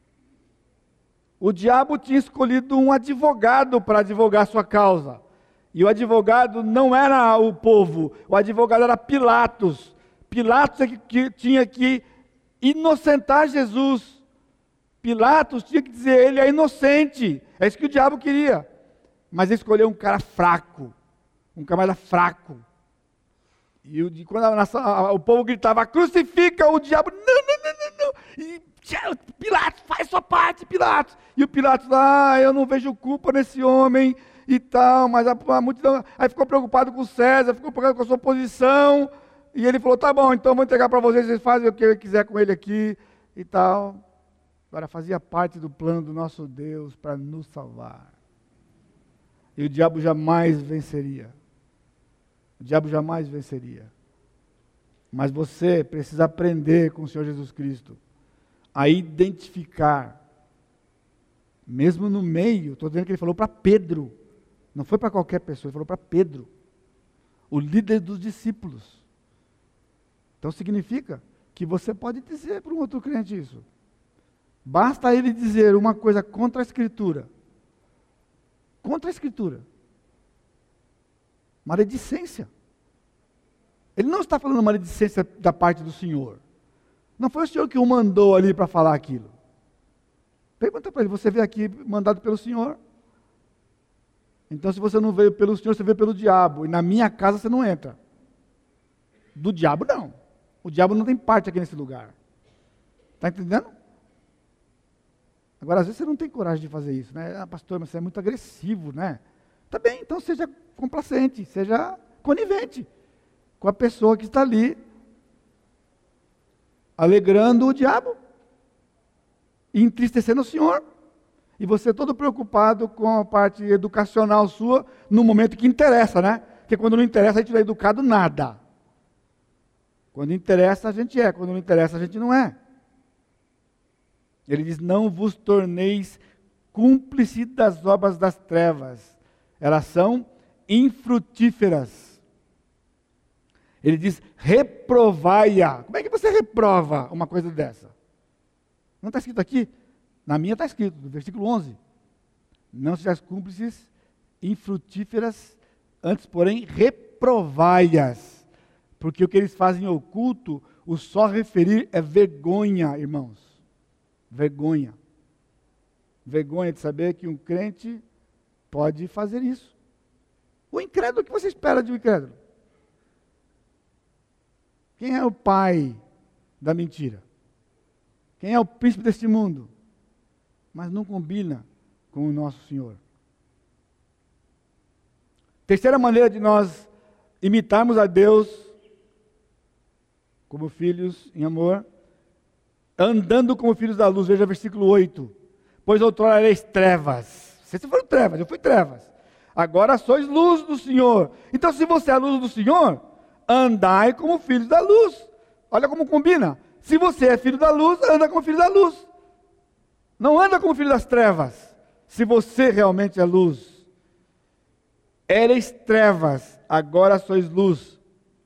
O diabo tinha escolhido um advogado para advogar sua causa. E o advogado não era o povo, o advogado era Pilatos. Pilatos é que, que tinha que inocentar Jesus. Pilatos tinha que dizer, ele é inocente. É isso que o diabo queria. Mas ele escolheu um cara fraco, um camarada fraco. E o, quando a nação, a, o povo gritava, crucifica o diabo, não, não, não, não, não. E Pilatos, faz sua parte, Pilatos. E o Pilatos, ah, eu não vejo culpa nesse homem e tal, mas a, a multidão, aí ficou preocupado com César, ficou preocupado com a sua posição, e ele falou, tá bom, então vou entregar para vocês, vocês fazem o que eu quiser com ele aqui e tal. Agora fazia parte do plano do nosso Deus para nos salvar. E o diabo jamais venceria. O diabo jamais venceria. Mas você precisa aprender com o Senhor Jesus Cristo a identificar, mesmo no meio, estou dizendo que ele falou para Pedro, não foi para qualquer pessoa, ele falou para Pedro, o líder dos discípulos. Então significa que você pode dizer para um outro crente isso. Basta ele dizer uma coisa contra a Escritura. Contra a Escritura. Maledicência. Ele não está falando maledicência da parte do Senhor. Não foi o Senhor que o mandou ali para falar aquilo. Pergunta para ele, você veio aqui mandado pelo Senhor? Então se você não veio pelo Senhor, você veio pelo diabo. E na minha casa você não entra. Do diabo não. O diabo não tem parte aqui nesse lugar. Está entendendo? Agora, às vezes você não tem coragem de fazer isso, né? Ah, pastor, mas você é muito agressivo, né? Tá bem, então seja complacente, seja conivente com a pessoa que está ali, alegrando o diabo, e entristecendo o Senhor. E você todo preocupado com a parte educacional sua, no momento que interessa, né? Porque quando não interessa, a gente não é educado nada. Quando interessa, a gente é. Quando não interessa, a gente não é. Ele diz, não vos torneis cúmplice das obras das trevas. Elas são infrutíferas. Ele diz, reprovai-a. Como é que você reprova uma coisa dessa? Não está escrito aqui? Na minha está escrito, no versículo onze. Não sejais cúmplices infrutíferas, antes, porém, reprovai-as. Porque o que eles fazem oculto, o só referir é vergonha, irmãos. Vergonha. Vergonha de saber que um crente pode fazer isso. O incrédulo, o que você espera de um incrédulo? Quem é o pai da mentira? Quem é o príncipe deste mundo? Mas não combina com o nosso Senhor. Terceira maneira de nós imitarmos a Deus como filhos em amor, andando como filhos da luz. Veja versículo oito. Pois outrora erais trevas. Vocês foram trevas, eu fui trevas. Agora sois luz do Senhor. Então se você é a luz do Senhor, andai como filhos da luz. Olha como combina. Se você é filho da luz, anda como filho da luz. Não anda como filho das trevas. Se você realmente é luz. Erais trevas, agora sois luz.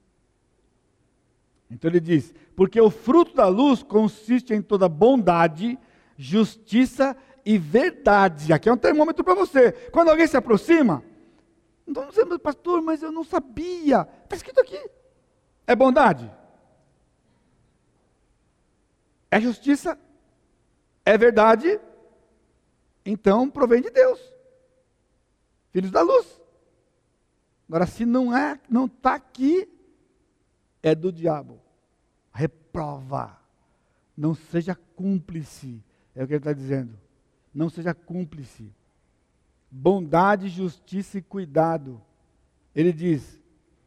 Então ele diz, porque o fruto da luz consiste em toda bondade, justiça e verdade. Aqui é um termômetro para você. Quando alguém se aproxima, então não sei, pastor, mas eu não sabia. Está escrito aqui. É bondade? É justiça? É verdade? Então provém de Deus. Filhos da luz. Agora, se não é, não está aqui, é do diabo. Reprova. Não seja cúmplice. É o que ele está dizendo. Não seja cúmplice. Bondade, justiça e cuidado. Ele diz,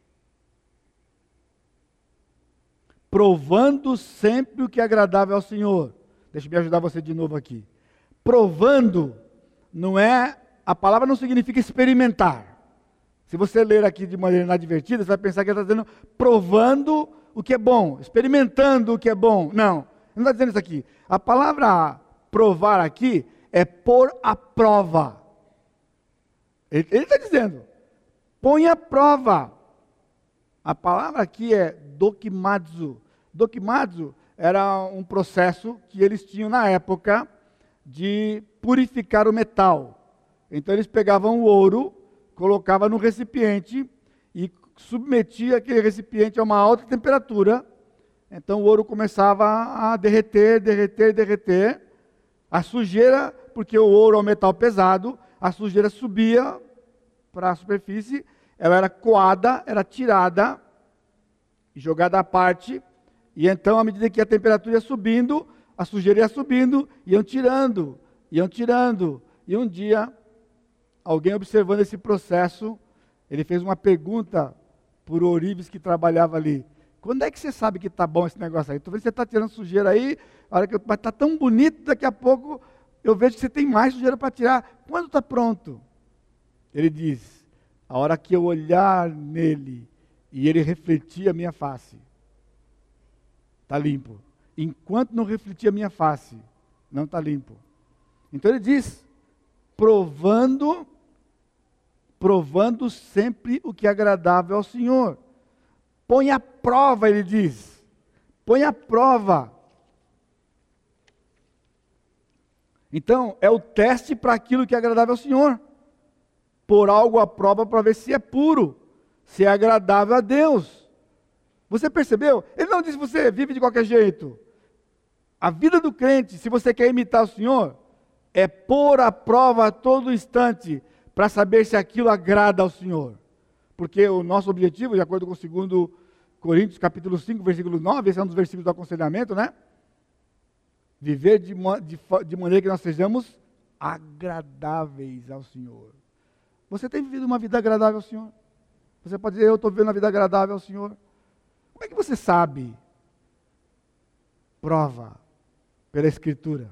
provando sempre o que é agradável ao Senhor. Deixa eu me ajudar você de novo aqui. Provando, não é, a palavra não significa experimentar. Se você ler aqui de maneira inadvertida, você vai pensar que ele está dizendo provando o que é bom, experimentando o que é bom. Não, não está dizendo isso aqui. A palavra provar aqui é pôr à prova. Ele está dizendo, põe à prova. A palavra aqui é dokimazo. Dokimazo era um processo que eles tinham na época de purificar o metal. Então eles pegavam o ouro, colocavam no recipiente e submetiam aquele recipiente a uma alta temperatura. Então o ouro começava a derreter, derreter, derreter. A sujeira, porque o ouro é um metal pesado, a sujeira subia para a superfície, ela era coada, era tirada, jogada à parte, e então, à medida que a temperatura ia subindo, a sujeira ia subindo, iam tirando, iam tirando. E um dia, alguém observando esse processo, ele fez uma pergunta para o ourives que trabalhava ali. Quando é que você sabe que está bom esse negócio aí? Estou vendo que você está tirando sujeira aí, a hora que vai estar tão bonito, daqui a pouco eu vejo que você tem mais sujeira para tirar. Quando está pronto? Ele diz, a hora que eu olhar nele e ele refletir a minha face, está limpo. Enquanto não refletir a minha face, não está limpo. Então ele diz, provando, provando sempre o que é agradável ao Senhor. Põe à prova, ele diz. Põe à prova. Então, é o teste para aquilo que é agradável ao Senhor. Pôr algo à prova para ver se é puro, se é agradável a Deus. Você percebeu? Ele não diz que você vive de qualquer jeito. A vida do crente, se você quer imitar o Senhor, é pôr à prova a todo instante para saber se aquilo agrada ao Senhor. Porque o nosso objetivo, de acordo com o segundo Coríntios, capítulo cinco, versículo nove, esse é um dos versículos do aconselhamento, né? Viver de, de, de maneira que nós sejamos agradáveis ao Senhor. Você tem vivido uma vida agradável ao Senhor? Você pode dizer, eu estou vivendo uma vida agradável ao Senhor. Como é que você sabe? Prova pela Escritura.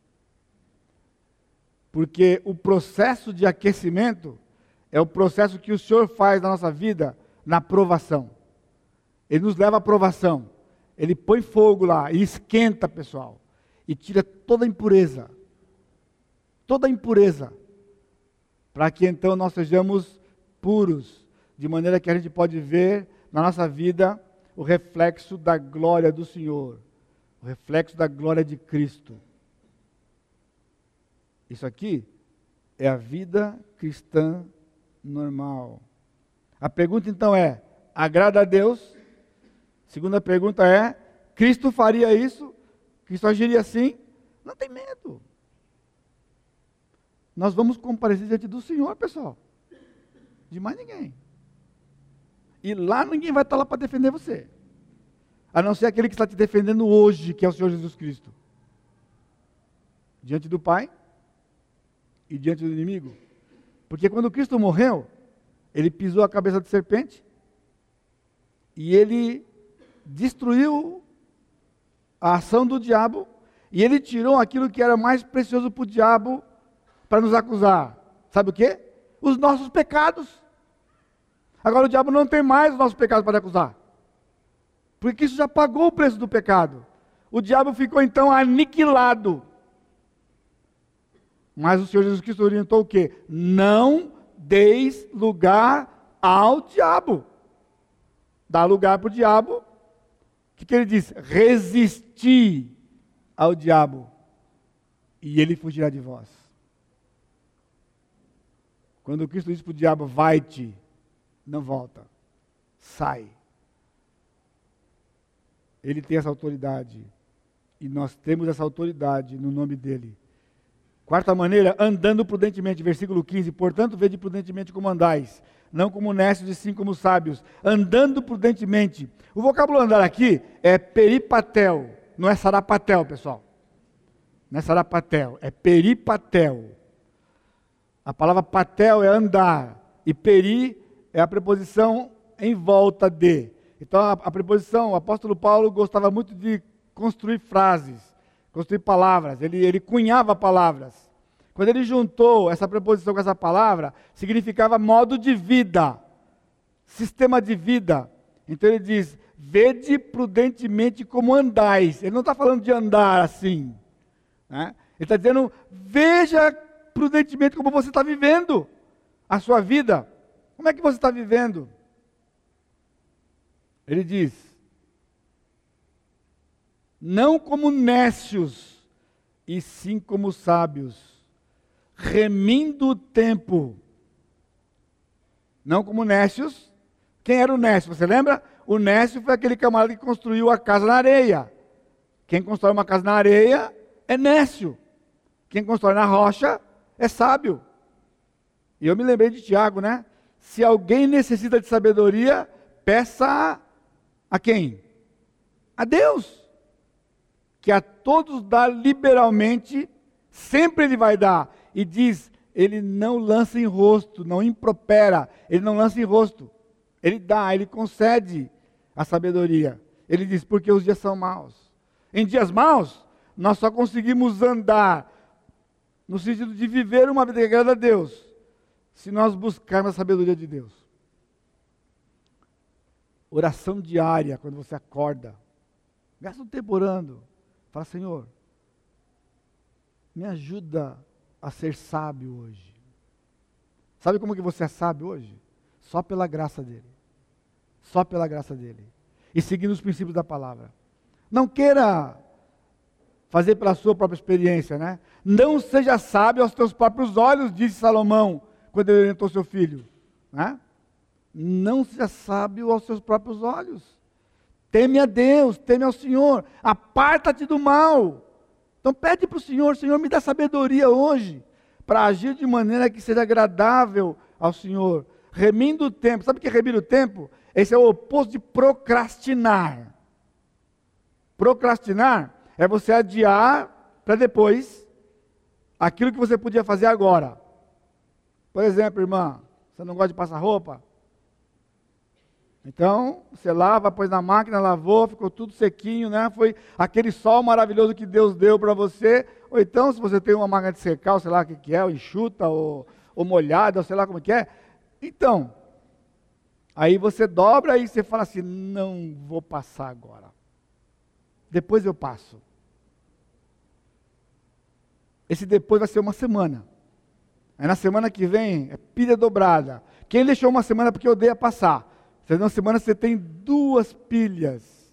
Porque o processo de aquecimento é o processo que o Senhor faz na nossa vida na provação. Ele nos leva à provação. Ele põe fogo lá e esquenta, pessoal. E tira toda a impureza. Toda a impureza. Para que então nós sejamos puros. De maneira que a gente pode ver na nossa vida o reflexo da glória do Senhor. O reflexo da glória de Cristo. Isso aqui é a vida cristã normal. A pergunta então é, agrada a Deus? Segunda pergunta é, Cristo faria isso? Cristo agiria assim? Não tem medo. Nós vamos comparecer diante do Senhor, pessoal. De mais ninguém. E lá ninguém vai estar lá para defender você. A não ser aquele que está te defendendo hoje, que é o Senhor Jesus Cristo. Diante do Pai e diante do inimigo. Porque quando Cristo morreu, ele pisou a cabeça de serpente e ele destruiu a ação do diabo e ele tirou aquilo que era mais precioso para o diabo para nos acusar. Sabe o quê? Os nossos pecados. Agora o diabo não tem mais os nossos pecados para acusar. Porque isso já pagou o preço do pecado. O diabo ficou então aniquilado. Mas o Senhor Jesus Cristo orientou o quê? Não deis lugar ao diabo. Dá lugar para o diabo. O que, que ele diz? Resisti ao diabo e ele fugirá de vós. Quando Cristo diz para o diabo, vai-te, não volta, sai. Ele tem essa autoridade e nós temos essa autoridade no nome dele. Quarta maneira, andando prudentemente, versículo quinze, portanto, vede prudentemente como andais, não como necios e sim como sábios, andando prudentemente. O vocábulo andar aqui é peripatel, não é sarapatel, pessoal. Não é sarapatel, é peripatel. A palavra patel é andar, e peri é a preposição em volta de. Então, a, a preposição, o apóstolo Paulo gostava muito de construir frases, construir palavras, ele, ele cunhava palavras. Quando ele juntou essa preposição com essa palavra, significava modo de vida, sistema de vida. Então ele diz, vede prudentemente como andais. Ele não está falando de andar assim. Né? Ele está dizendo, veja prudentemente como você está vivendo. a sua vida? Como é que você está vivendo? Ele diz, não como nécios, e sim como sábios, remindo o tempo. Não como nécios. Quem era o nécio? Você lembra? O nécio foi aquele camarada que construiu a casa na areia. Quem constrói uma casa na areia é nécio. Quem constrói na rocha é sábio. E eu me lembrei de Tiago, né? Se alguém necessita de sabedoria, peça a, a quem? A Deus. Que a todos dá liberalmente, sempre Ele vai dar. E diz, Ele não lança em rosto, não impropera, Ele não lança em rosto. Ele dá, Ele concede a sabedoria. Ele diz, porque os dias são maus. Em dias maus, nós só conseguimos andar, no sentido de viver uma vida que agrada a Deus, se nós buscarmos a sabedoria de Deus. Oração diária, quando você acorda. Gasta um tempo orando. Fala, Senhor, me ajuda a ser sábio hoje. Sabe como que você é sábio hoje? Só pela graça dEle. Só pela graça dEle. E seguindo os princípios da palavra. Não queira fazer pela sua própria experiência, né? Não seja sábio aos teus próprios olhos, disse Salomão, quando ele orientou seu filho. Né? Não seja sábio aos seus próprios olhos. Teme a Deus, teme ao Senhor, aparta-te do mal. Então pede para o Senhor, Senhor, me dá sabedoria hoje, para agir de maneira que seja agradável ao Senhor. Remindo o tempo, sabe o que é remir o tempo? Esse é o oposto de procrastinar. Procrastinar é você adiar para depois aquilo que você podia fazer agora. Por exemplo, irmã, você não gosta de passar roupa? Então, você lava, pôs na máquina, lavou, ficou tudo sequinho, né? Foi aquele sol maravilhoso que Deus deu para você. Ou então, se você tem uma máquina de secar, ou sei lá o que, que é, ou enxuta, ou, ou molhada, ou sei lá como que é. Então, aí você dobra e você fala assim, não vou passar agora. Depois eu passo. Esse depois vai ser uma semana. Aí na semana que vem, é pilha dobrada. Quem deixou uma semana porque odeia passar? Na semana você tem duas pilhas.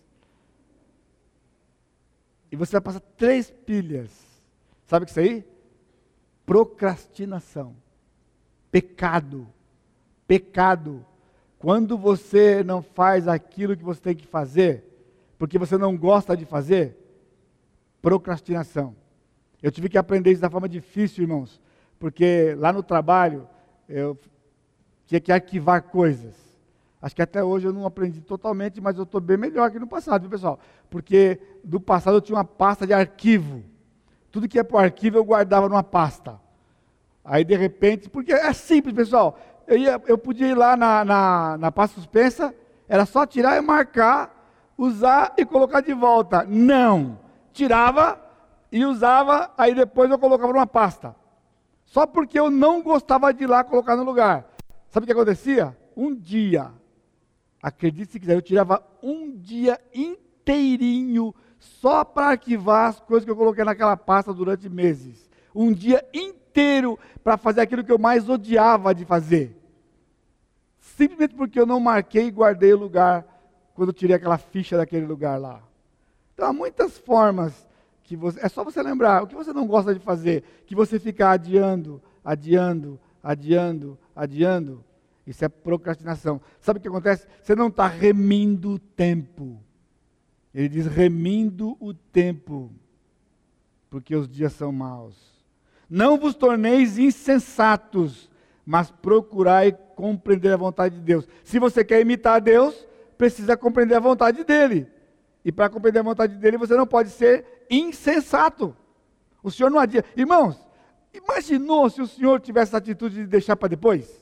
E você vai passar três pilhas. Sabe o que é isso aí? Procrastinação. Pecado. Pecado. Quando você não faz aquilo que você tem que fazer, porque você não gosta de fazer, procrastinação. Eu tive que aprender isso da forma difícil, irmãos. Porque lá no trabalho, eu tinha que arquivar coisas. Acho que até hoje eu não aprendi totalmente, mas eu estou bem melhor que no passado, viu, pessoal? Porque do passado eu tinha uma pasta de arquivo. Tudo que ia para o arquivo eu guardava numa pasta. Aí de repente, porque é simples, pessoal. Eu, ia, eu podia ir lá na, na, na pasta suspensa, era só tirar e marcar, usar e colocar de volta. Não! Tirava e usava, aí depois eu colocava numa pasta. Só porque eu não gostava de ir lá colocar no lugar. Sabe o que acontecia? Um dia... Acredite se quiser, eu tirava um dia inteirinho só para arquivar as coisas que eu coloquei naquela pasta durante meses. Um dia inteiro para fazer aquilo que eu mais odiava de fazer. Simplesmente porque eu não marquei e guardei o lugar quando eu tirei aquela ficha daquele lugar lá. Então há muitas formas que você... É só você lembrar, o que você não gosta de fazer, que você fica adiando, adiando, adiando, adiando... Isso é procrastinação. Sabe o que acontece? Você não está remindo o tempo. Ele diz remindo o tempo, porque os dias são maus. Não vos torneis insensatos, mas procurai compreender a vontade de Deus. Se você quer imitar a Deus, precisa compreender a vontade dEle. E para compreender a vontade dEle, você não pode ser insensato. O Senhor não adia. Irmãos, imaginou se o Senhor tivesse essa atitude de deixar para depois?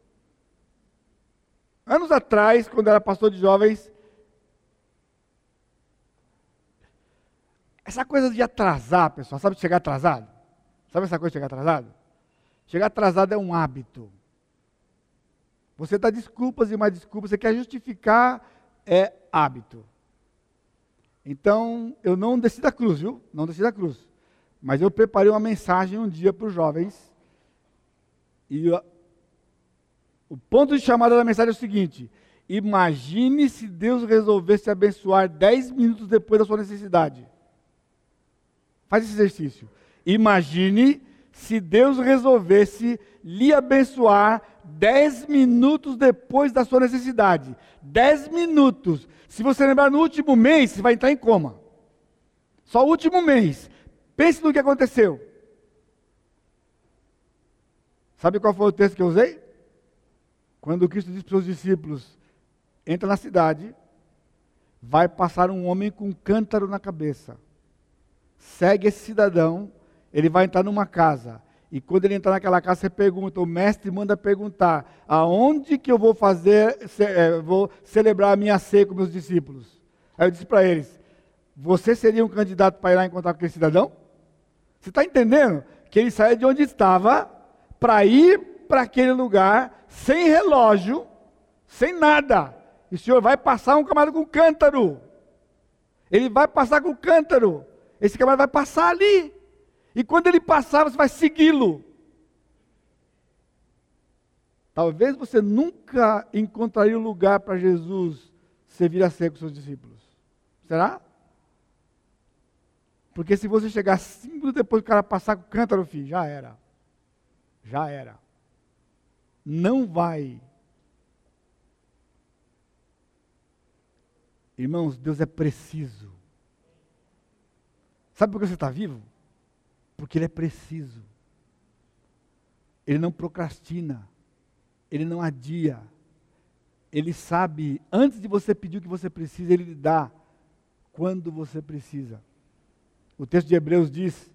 Anos atrás, quando eu era pastor de jovens, essa coisa de atrasar, pessoal, sabe de chegar atrasado? Sabe essa coisa de chegar atrasado? Chegar atrasado é um hábito. Você dá desculpas e mais desculpas, você quer justificar, é hábito. Então, eu não desci da cruz, viu? Não desci da cruz. Mas eu preparei uma mensagem um dia para os jovens, e eu, O ponto de chamada da mensagem é o seguinte: imagine se Deus resolvesse abençoar dez minutos depois da sua necessidade. Faz esse exercício. Imagine se Deus resolvesse lhe abençoar dez minutos depois da sua necessidade. dez minutos. Se você lembrar no último mês, você vai entrar em coma. Só o último mês. Pense no que aconteceu. Sabe qual foi o texto que eu usei? Quando Cristo disse para os seus discípulos: entra na cidade, vai passar um homem com um cântaro na cabeça. Segue esse cidadão, ele vai entrar numa casa. E quando ele entrar naquela casa, você pergunta, o mestre manda perguntar: aonde que eu vou fazer, ce, é, vou celebrar a minha ceia com meus discípulos? Aí eu disse para eles: você seria um candidato para ir lá encontrar com aquele cidadão? Você está entendendo? Que ele saiu de onde estava para ir para aquele lugar, sem relógio, sem nada. E o Senhor vai passar um camarada com cântaro. Ele vai passar com cântaro. Esse camarada vai passar ali. E quando ele passar, você vai segui-lo. Talvez você nunca encontraria um lugar para Jesus servir a ceia com seus discípulos. Será? Porque se você chegar cinco minutos depois do cara passar com o cântaro, filho, já era. Já era. Não vai. Irmãos, Deus é preciso. Sabe por que você está vivo? Porque Ele é preciso. Ele não procrastina. Ele não adia. Ele sabe, antes de você pedir o que você precisa, Ele lhe dá quando você precisa. O texto de Hebreus diz: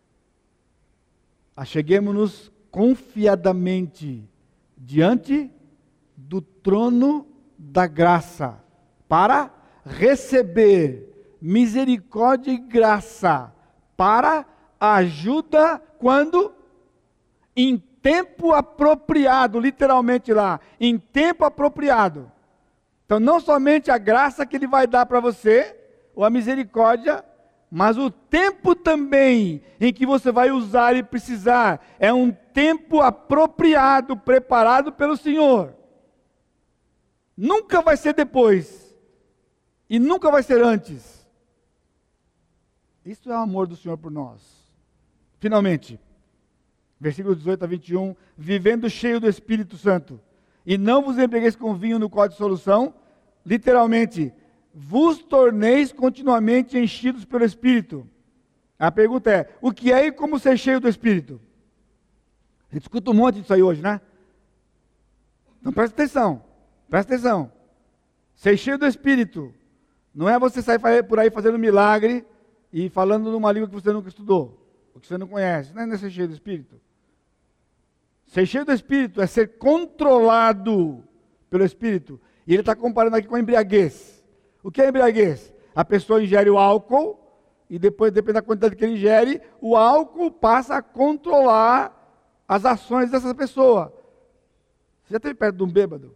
acheguemo-nos confiadamente diante do trono da graça, para receber misericórdia e graça, para ajuda quando? Em tempo apropriado, literalmente lá, em tempo apropriado. Então não somente a graça que Ele vai dar para você, ou a misericórdia, mas o tempo também em que você vai usar e precisar, é um tempo apropriado, preparado pelo Senhor. Nunca vai ser depois, e nunca vai ser antes. Isso é o amor do Senhor por nós. Finalmente, versículos dezoito a vinte e um, vivendo cheio do Espírito Santo, e não vos embriagueis com vinho no qual há dissolução, literalmente, vos torneis continuamente enchidos pelo Espírito. A pergunta é, o que é e como ser cheio do Espírito? A gente escuta um monte disso aí hoje, né? Então presta atenção, presta atenção. Ser cheio do Espírito não é você sair por aí fazendo milagre e falando numa língua que você nunca estudou, ou que você não conhece. Não é ser cheio do Espírito. Ser cheio do Espírito é ser controlado pelo Espírito. E ele está comparando aqui com a embriaguez. O que é embriaguez? A pessoa ingere o álcool e depois, depende da quantidade que ele ingere, o álcool passa a controlar as ações dessa pessoa. Você já esteve perto de um bêbado?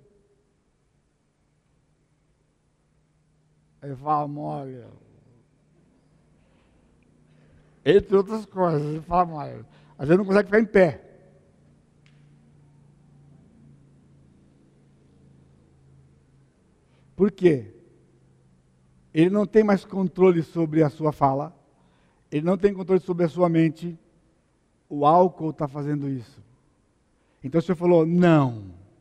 Ele fala, olha, entre outras coisas, ele fala, olha, às vezes não consegue ficar em pé. Por quê? Ele não tem mais controle sobre a sua fala, ele não tem controle sobre a sua mente, o álcool está fazendo isso. Então o Senhor falou, não,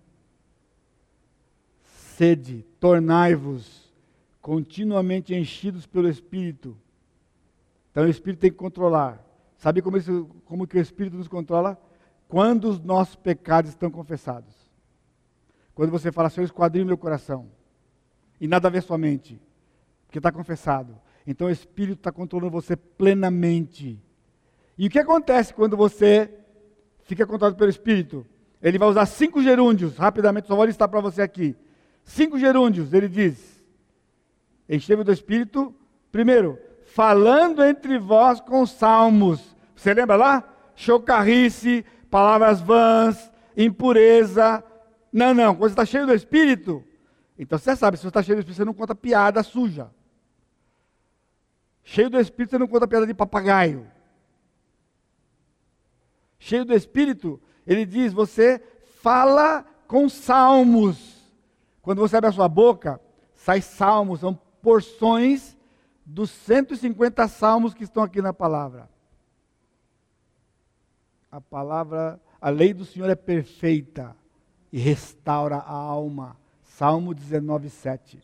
sede, tornai-vos continuamente enchidos pelo Espírito. Então o Espírito tem que controlar. Sabe como, isso, como que o Espírito nos controla? Quando os nossos pecados estão confessados. Quando você fala, Senhor, esquadrinha meu coração. E nada a ver sua mente, porque está confessado. Então o Espírito está controlando você plenamente. E o que acontece quando você fica controlado pelo Espírito? Ele vai usar cinco gerúndios, rapidamente, só vou listar para você aqui. Cinco gerúndios, ele diz, enchei-vos do Espírito, primeiro, falando entre vós com salmos. Você lembra lá? Chocarrice, palavras vãs, impureza. Não, não, quando você está cheio do Espírito, então você sabe, se você está cheio do Espírito, você não conta piada suja. Cheio do Espírito, você não conta piada de papagaio. Cheio do Espírito, ele diz, você fala com salmos. Quando você abre a sua boca, sai salmos, são porções dos cento e cinquenta salmos que estão aqui na palavra. A palavra, a lei do Senhor é perfeita e restaura a alma. Salmo dezenove, sete.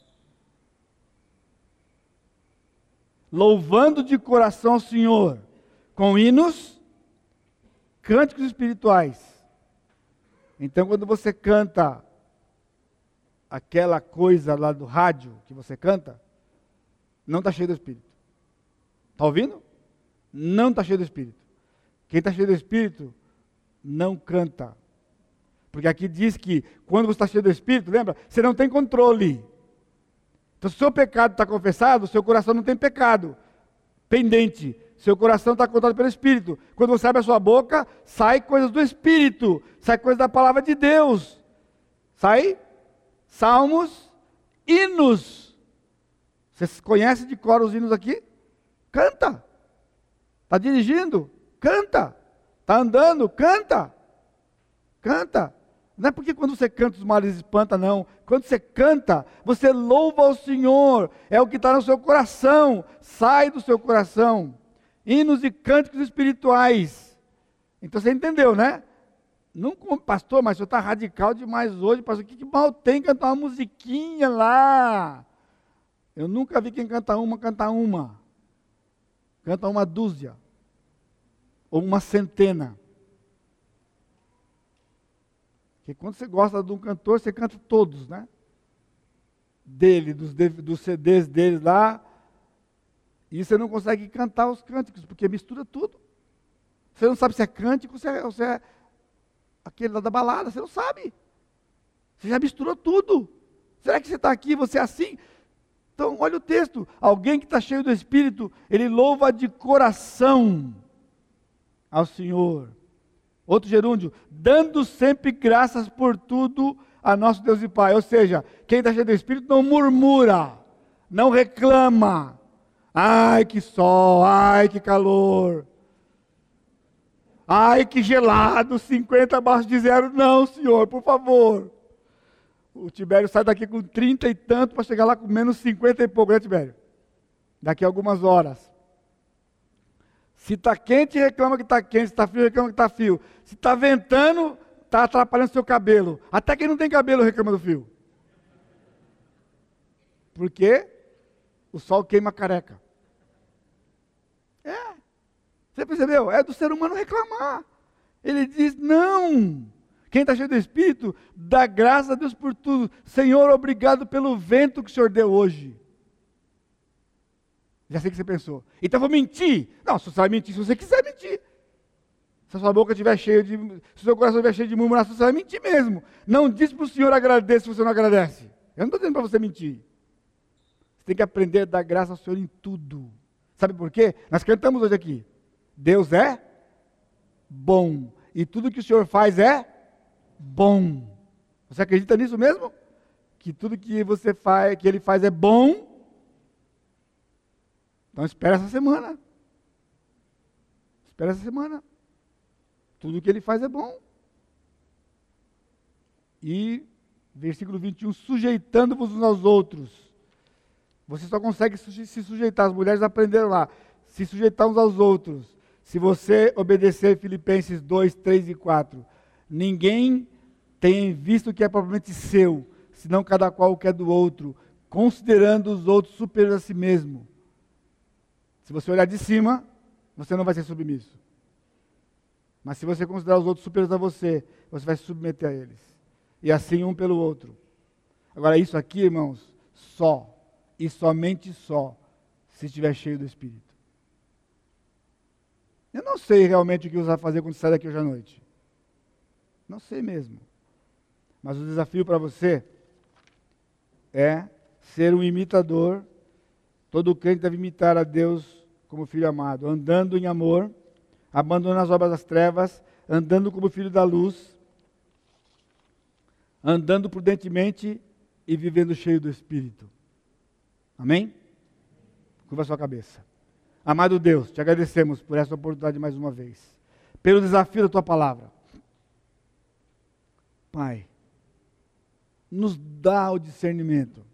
Louvando de coração ao Senhor, com hinos, cânticos espirituais. Então, quando você canta aquela coisa lá do rádio que você canta, não está cheio do Espírito. Está ouvindo? Não está cheio do Espírito. Quem está cheio do Espírito não canta. Porque aqui diz que quando você está cheio do Espírito, lembra? Você não tem controle. Então, se o seu pecado está confessado, o seu coração não tem pecado pendente. Seu coração está controlado pelo Espírito. Quando você abre a sua boca, sai coisas do Espírito. Sai coisas da palavra de Deus. Sai salmos, hinos. Você conhece de cor os hinos aqui? Canta. Está dirigindo? Canta. Está andando? Canta. Canta. Não é porque quando você canta os males espanta, não. Quando você canta, você louva ao Senhor. É o que está no seu coração. Sai do seu coração. Hinos e cânticos espirituais. Então você entendeu, né? Não como pastor, mas o senhor está radical demais hoje, pastor. O que, que mal tem cantar uma musiquinha lá? Eu nunca vi quem canta uma, cantar uma. Canta uma dúzia. Ou uma centena. Porque quando você gosta de um cantor, você canta todos, né? Dele, dos, dos C Ds dele lá. E você não consegue cantar os cânticos, porque mistura tudo. Você não sabe se é cântico ou se é, ou se é aquele lá da balada, você não sabe. Você já misturou tudo. Será que você está aqui, você é assim? Então, olha o texto. Alguém que está cheio do Espírito, ele louva de coração ao Senhor. Outro gerúndio, dando sempre graças por tudo a nosso Deus e Pai. Ou seja, quem está cheio do Espírito não murmura, não reclama. Ai, que sol, ai, que calor. Ai, que gelado, cinquenta abaixo de zero. Não, Senhor, por favor. O Tibério sai daqui com trinta e tanto para chegar lá com menos cinquenta e pouco, né, Tibério? Daqui a algumas horas. Se está quente, reclama que está quente. Se está frio, reclama que está frio. Se está ventando, está atrapalhando seu cabelo. Até quem não tem cabelo reclama do frio. Por quê? O sol queima a careca. É. Você percebeu? É do ser humano reclamar. Ele diz, não. Quem está cheio do Espírito, dá graças a Deus por tudo. Senhor, obrigado pelo vento que o Senhor deu hoje. Já sei o que você pensou. Então eu vou mentir. Não, você vai mentir se você quiser mentir. Se a sua boca estiver cheia de... Se o seu coração estiver cheio de murmuração, você vai mentir mesmo. Não diz para o Senhor agradecer se você não agradece. Eu não estou dizendo para você mentir. Você tem que aprender a dar graça ao Senhor em tudo. Sabe por quê? Nós cantamos hoje aqui. Deus é bom. E tudo que o Senhor faz é bom. Você acredita nisso mesmo? Que tudo que você faz, que Ele faz é bom? Então espera essa semana. Espera essa semana. Tudo que Ele faz é bom. E, versículo vinte e um, sujeitando-vos uns aos outros. Você só consegue se sujeitar, as mulheres aprenderam lá, se sujeitar uns aos outros. Se você obedecer Filipenses dois, três e quatro, ninguém tem visto o que é propriamente seu, senão cada qual o que é do outro, considerando os outros superiores a si mesmo. Se você olhar de cima, você não vai ser submisso. Mas se você considerar os outros superiores a você, você vai se submeter a eles. E assim um pelo outro. Agora isso aqui, irmãos, só, e somente só, se estiver cheio do Espírito. Eu não sei realmente o que você vai fazer quando você sai daqui hoje à noite. Não sei mesmo. Mas o desafio para você é ser um imitador. Todo crente deve imitar a Deus como filho amado, andando em amor, abandonando as obras das trevas, andando como filho da luz, andando prudentemente e vivendo cheio do Espírito. Amém? Curva a sua cabeça. Amado Deus, te agradecemos por essa oportunidade mais uma vez, pelo desafio da tua palavra. Pai, nos dá o discernimento.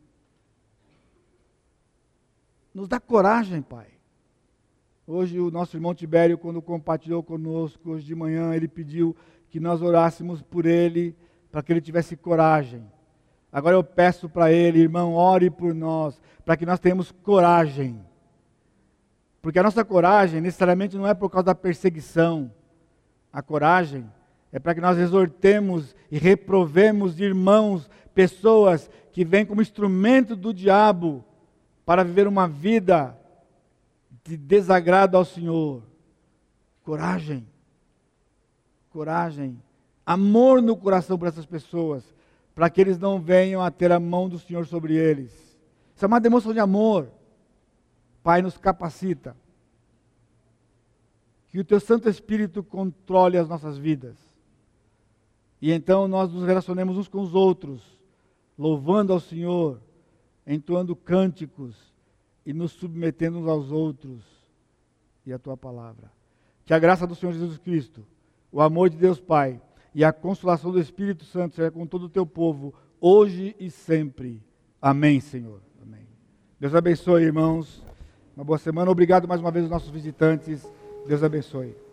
Nos dá coragem, Pai. Hoje o nosso irmão Tibério, quando compartilhou conosco, hoje de manhã, ele pediu que nós orássemos por ele, para que ele tivesse coragem. Agora eu peço para ele, irmão, ore por nós, para que nós tenhamos coragem. Porque a nossa coragem necessariamente não é por causa da perseguição. A coragem é para que nós exortemos e reprovemos irmãos, pessoas que vêm como instrumento do diabo para viver uma vida de desagrado ao Senhor. Coragem. Coragem. Amor no coração por essas pessoas, para que eles não venham a ter a mão do Senhor sobre eles. Isso é uma demonstração de amor. Pai, nos capacita. Que o Teu Santo Espírito controle as nossas vidas. E então nós nos relacionemos uns com os outros, louvando ao Senhor, entoando cânticos e nos submetendo uns aos outros e a Tua palavra. Que a graça do Senhor Jesus Cristo, o amor de Deus Pai e a consolação do Espírito Santo seja com todo o Teu povo, hoje e sempre. Amém, Senhor. Amém. Deus abençoe, irmãos. Uma boa semana. Obrigado mais uma vez aos nossos visitantes. Deus abençoe.